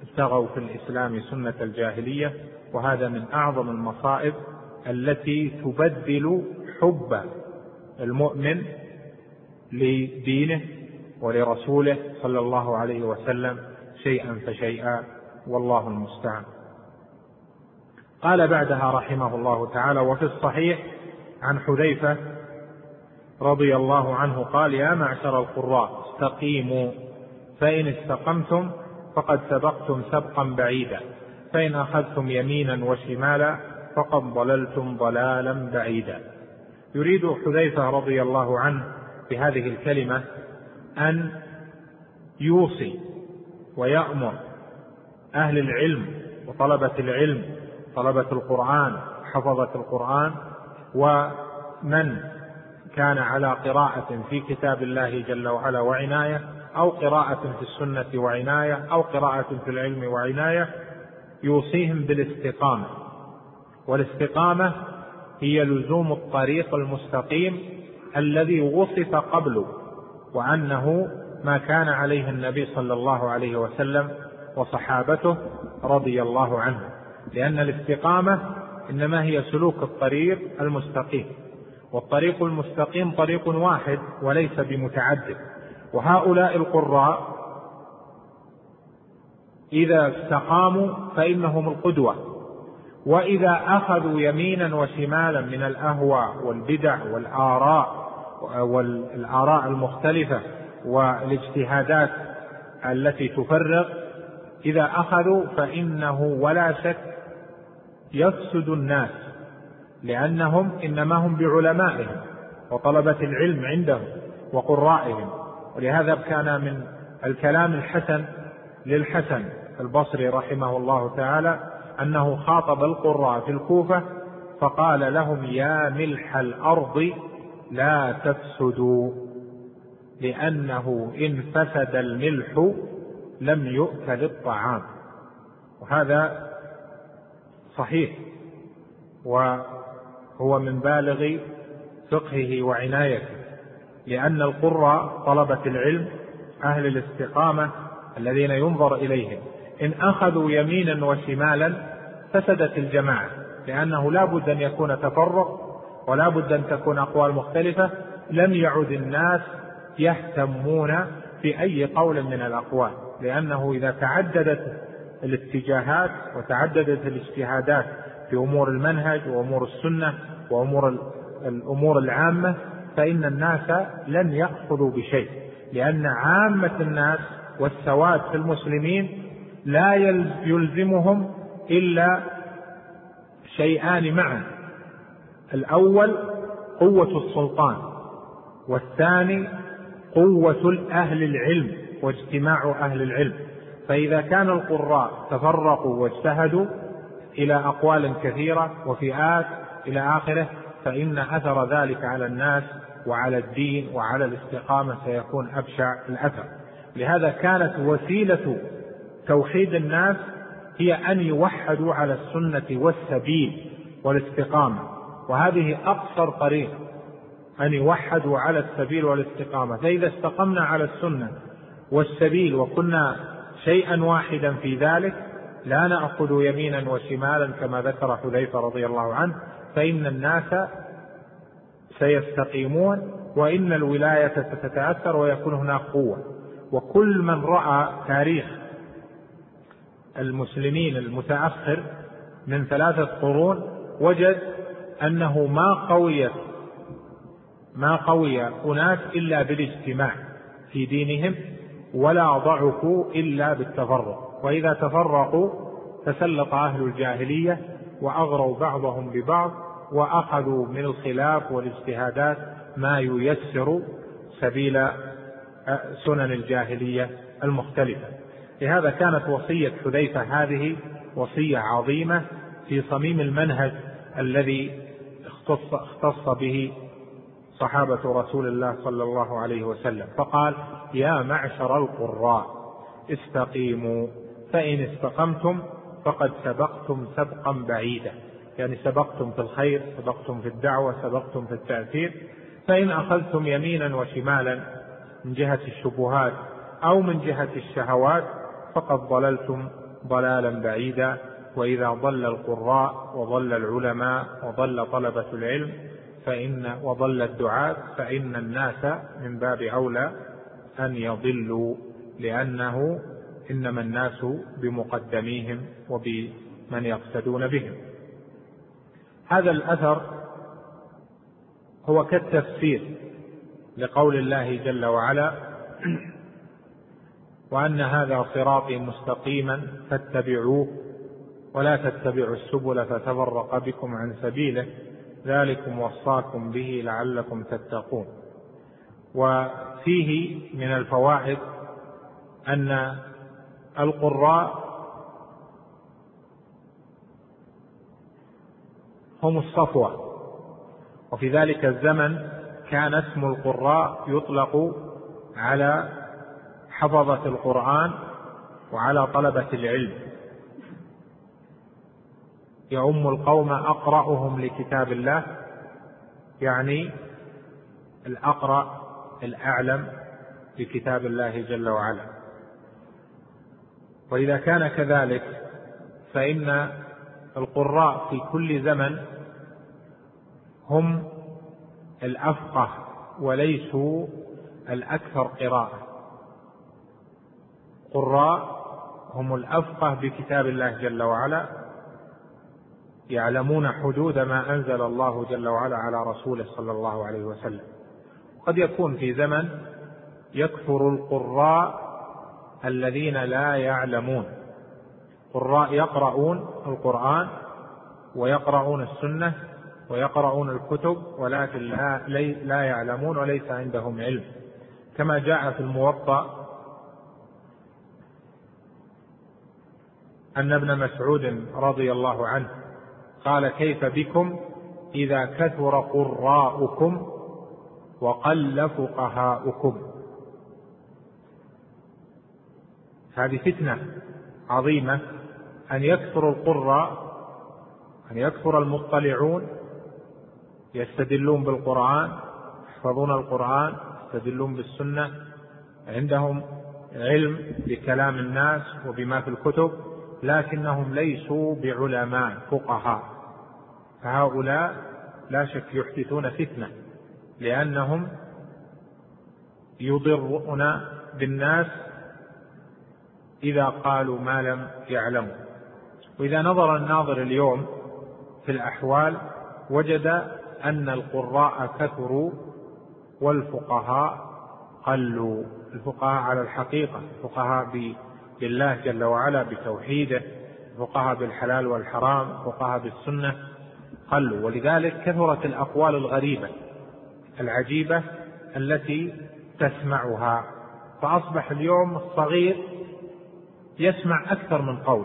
[SPEAKER 1] ابتغوا في الإسلام سنة الجاهلية، وهذا من أعظم المصائب التي تبدل حب المؤمن لدينه ولرسوله صلى الله عليه وسلم شيئا فشيئا، والله المستعان. قال بعدها رحمه الله تعالى: وفي الصحيح عن حذيفة رضي الله عنه قال: يا معشر القراء استقيموا، فإن استقمتم فقد سبقتم سبقا بعيدا، فإن أخذتم يمينا وشمالا فقد ضللتم ضلالا بعيدا. يريد حذيفة رضي الله عنه بهذه الكلمة أن يوصي ويأمر أهل العلم وطلبة العلم، طلبة القرآن، حفظة القرآن، ومن كان على قراءة في كتاب الله جل وعلا وعناية، أو قراءة في السنة وعناية، أو قراءة في العلم وعناية، يوصيهم بالاستقامة. والاستقامة هي لزوم الطريق المستقيم الذي وصف قبله، وأنه ما كان عليه النبي صلى الله عليه وسلم وصحابته رضي الله عنه، لأن الاستقامة إنما هي سلوك الطريق المستقيم، والطريق المستقيم طريق واحد وليس بمتعدد. وهؤلاء القراء إذا استقاموا فإنهم القدوة، وإذا أخذوا يمينا وشمالا من الأهواء والبدع والآراء المختلفة والاجتهادات التي تفرق، إذا أخذوا فإنه ولا شك يفسد الناس، لأنهم إنما هم بعلمائهم وطلبة العلم عندهم وقرائهم. ولهذا كان من الكلام الحسن للحسن البصري رحمه الله تعالى أنه خاطب القراء في الكوفة فقال لهم: يا ملح الأرض لا تفسدوا، لأنه إن فسد الملح لم يؤكل الطعام. وهذا صحيح، وهو من بالغ فقهه وعنايته، لأن القراء طلبة العلم أهل الاستقامة الذين ينظر إليهم إن أخذوا يمينا وشمالا فسدت الجماعة، لأنه لا بد أن يكون تفرق ولا بد أن تكون أقوال مختلفة، لم يعد الناس يهتمون في أي قول من الأقوال، لأنه إذا تعددت الاتجاهات وتعددت الاجتهادات في أمور المنهج وأمور السنة وأمور الأمور العامة فإن الناس لن يأخذوا بشيء، لأن عامة الناس والسواد في المسلمين لا يلزمهم إلا شيئان معا: الأول قوة السلطان، والثاني قوة أهل العلم واجتماع أهل العلم. فإذا كان القراء تفرقوا واجتهدوا إلى أقوال كثيرة وفئات إلى آخره فإن أثر ذلك على الناس وعلى الدين وعلى الاستقامة سيكون أبشع الأثر. لهذا كانت وسيلة توحيد الناس هي أن يوحدوا على السنة والسبيل والاستقامة، وهذه أقصر طريق أن يوحدوا على السبيل والاستقامة. فإذا استقمنا على السنة والسبيل وكنا شيئا واحدا في ذلك لا نأخذ يمينا وشمالا كما ذكر حذيفة رضي الله عنه، فإن الناس سيستقيمون وإن الولاية ستتأثر ويكون هناك قوة. وكل من رأى تاريخ المسلمين المتأخر من 3 قرون وجد أنه ما قوي أناس إلا بالاجتماع في دينهم، ولا ضعفوا إلا بالتفرق. وإذا تفرقوا تسلط أهل الجاهلية وأغروا بعضهم ببعض وأخذوا من الخلاف والاجتهادات ما ييسر سبيل سنن الجاهلية المختلفة. لهذا كانت وصية حذيفة هذه وصية عظيمة في صميم المنهج الذي اختص به صحابة رسول الله صلى الله عليه وسلم، فقال: يا معشر القراء استقيموا، فإن استقمتم فقد سبقتم سبقا بعيدا، يعني سبقتم في الخير، سبقتم في الدعوة، سبقتم في التأثير. فإن أخذتم يمينا وشمالا من جهة الشبهات أو من جهة الشهوات فقد ضللتم ضلالا بعيدا. وإذا ضل القراء وضل العلماء وضل طلبة العلم وضل الدعاة فإن الناس من باب أولى أن يضلوا، لأنه إنما الناس بمقدميهم وبمن يقتدون بهم. هذا الأثر هو كالتفسير لقول الله جل وعلا: وأن هذا صراطي مستقيما فاتبعوه ولا تتبعوا السبل فتفرق بكم عن سبيله ذلكم وصاكم به لعلكم تتقون. وفيه من الفوائد أن القراء هم الصفوة، وفي ذلك الزمن كان اسم القراء يطلق على حفظة القرآن وعلى طلبة العلم. يؤم القوم أقرأهم لكتاب الله، يعني الأقرأ الأعلم لكتاب الله جل وعلا. وإذا كان كذلك فإن القراء في كل زمن هم الأفقه وليسوا الأكثر قراءة. قراء هم الأفقه بكتاب الله جل وعلا، يعلمون حدود ما أنزل الله جل وعلا على رسوله صلى الله عليه وسلم. قد يكون في زمن يكثر القراء الذين لا يعلمون، قراء يقرؤون القرآن ويقرؤون السنة ويقرؤون الكتب ولكن لا يعلمون وليس عندهم علم، كما جاء في الموطأ أن ابن مسعود رضي الله عنه قال: كيف بكم إذا كثر قراءكم وقل فقهاؤكم؟ هذه فتنة عظيمة أن يكثر القراء، أن يكثر المطلعون يستدلون بالقرآن، يحفظون القرآن، يستدلون بالسنة، عندهم علم بكلام الناس وبما في الكتب، لكنهم ليسوا بعلماء فقهاء. فهؤلاء لا شك يحدثون فتنة، لأنهم يضرون بالناس إذا قالوا ما لم يعلموا. وإذا نظر الناظر اليوم في الأحوال وجد أن القراء كثروا والفقهاء قلوا. الفقهاء على الحقيقة، الفقهاء بالله جل وعلا بتوحيده، الفقهاء بالحلال والحرام، الفقهاء بالسنة قلوا. ولذلك كثرت الأقوال الغريبة العجيبة التي تسمعها، فأصبح اليوم الصغير يسمع أكثر من قول،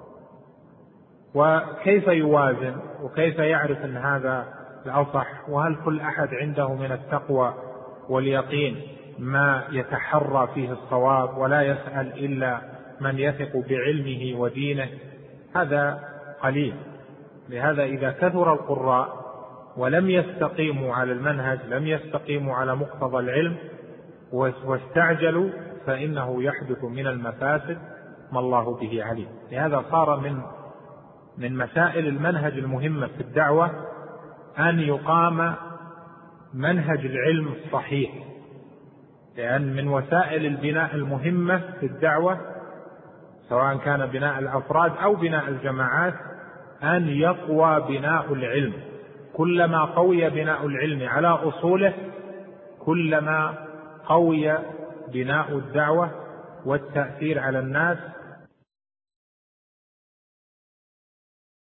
[SPEAKER 1] وكيف يوازن وكيف يعرف أن هذا الأصح؟ وهل كل أحد عنده من التقوى واليقين ما يتحرى فيه الصواب ولا يسأل إلا من يثق بعلمه ودينه؟ هذا قليل. لهذا إذا كثر القراء ولم يستقيموا على المنهج، لم يستقيموا على مقتضى العلم واستعجلوا، فإنه يحدث من المفاسد ما الله به عليم. لهذا صار من مسائل المنهج المهمة في الدعوة أن يقام منهج العلم الصحيح، لأن من وسائل البناء المهمة في الدعوة سواء كان بناء الأفراد أو بناء الجماعات أن يقوى بناء العلم. كلما قوي بناء العلم على أصوله كلما قوي بناء الدعوة والتأثير على الناس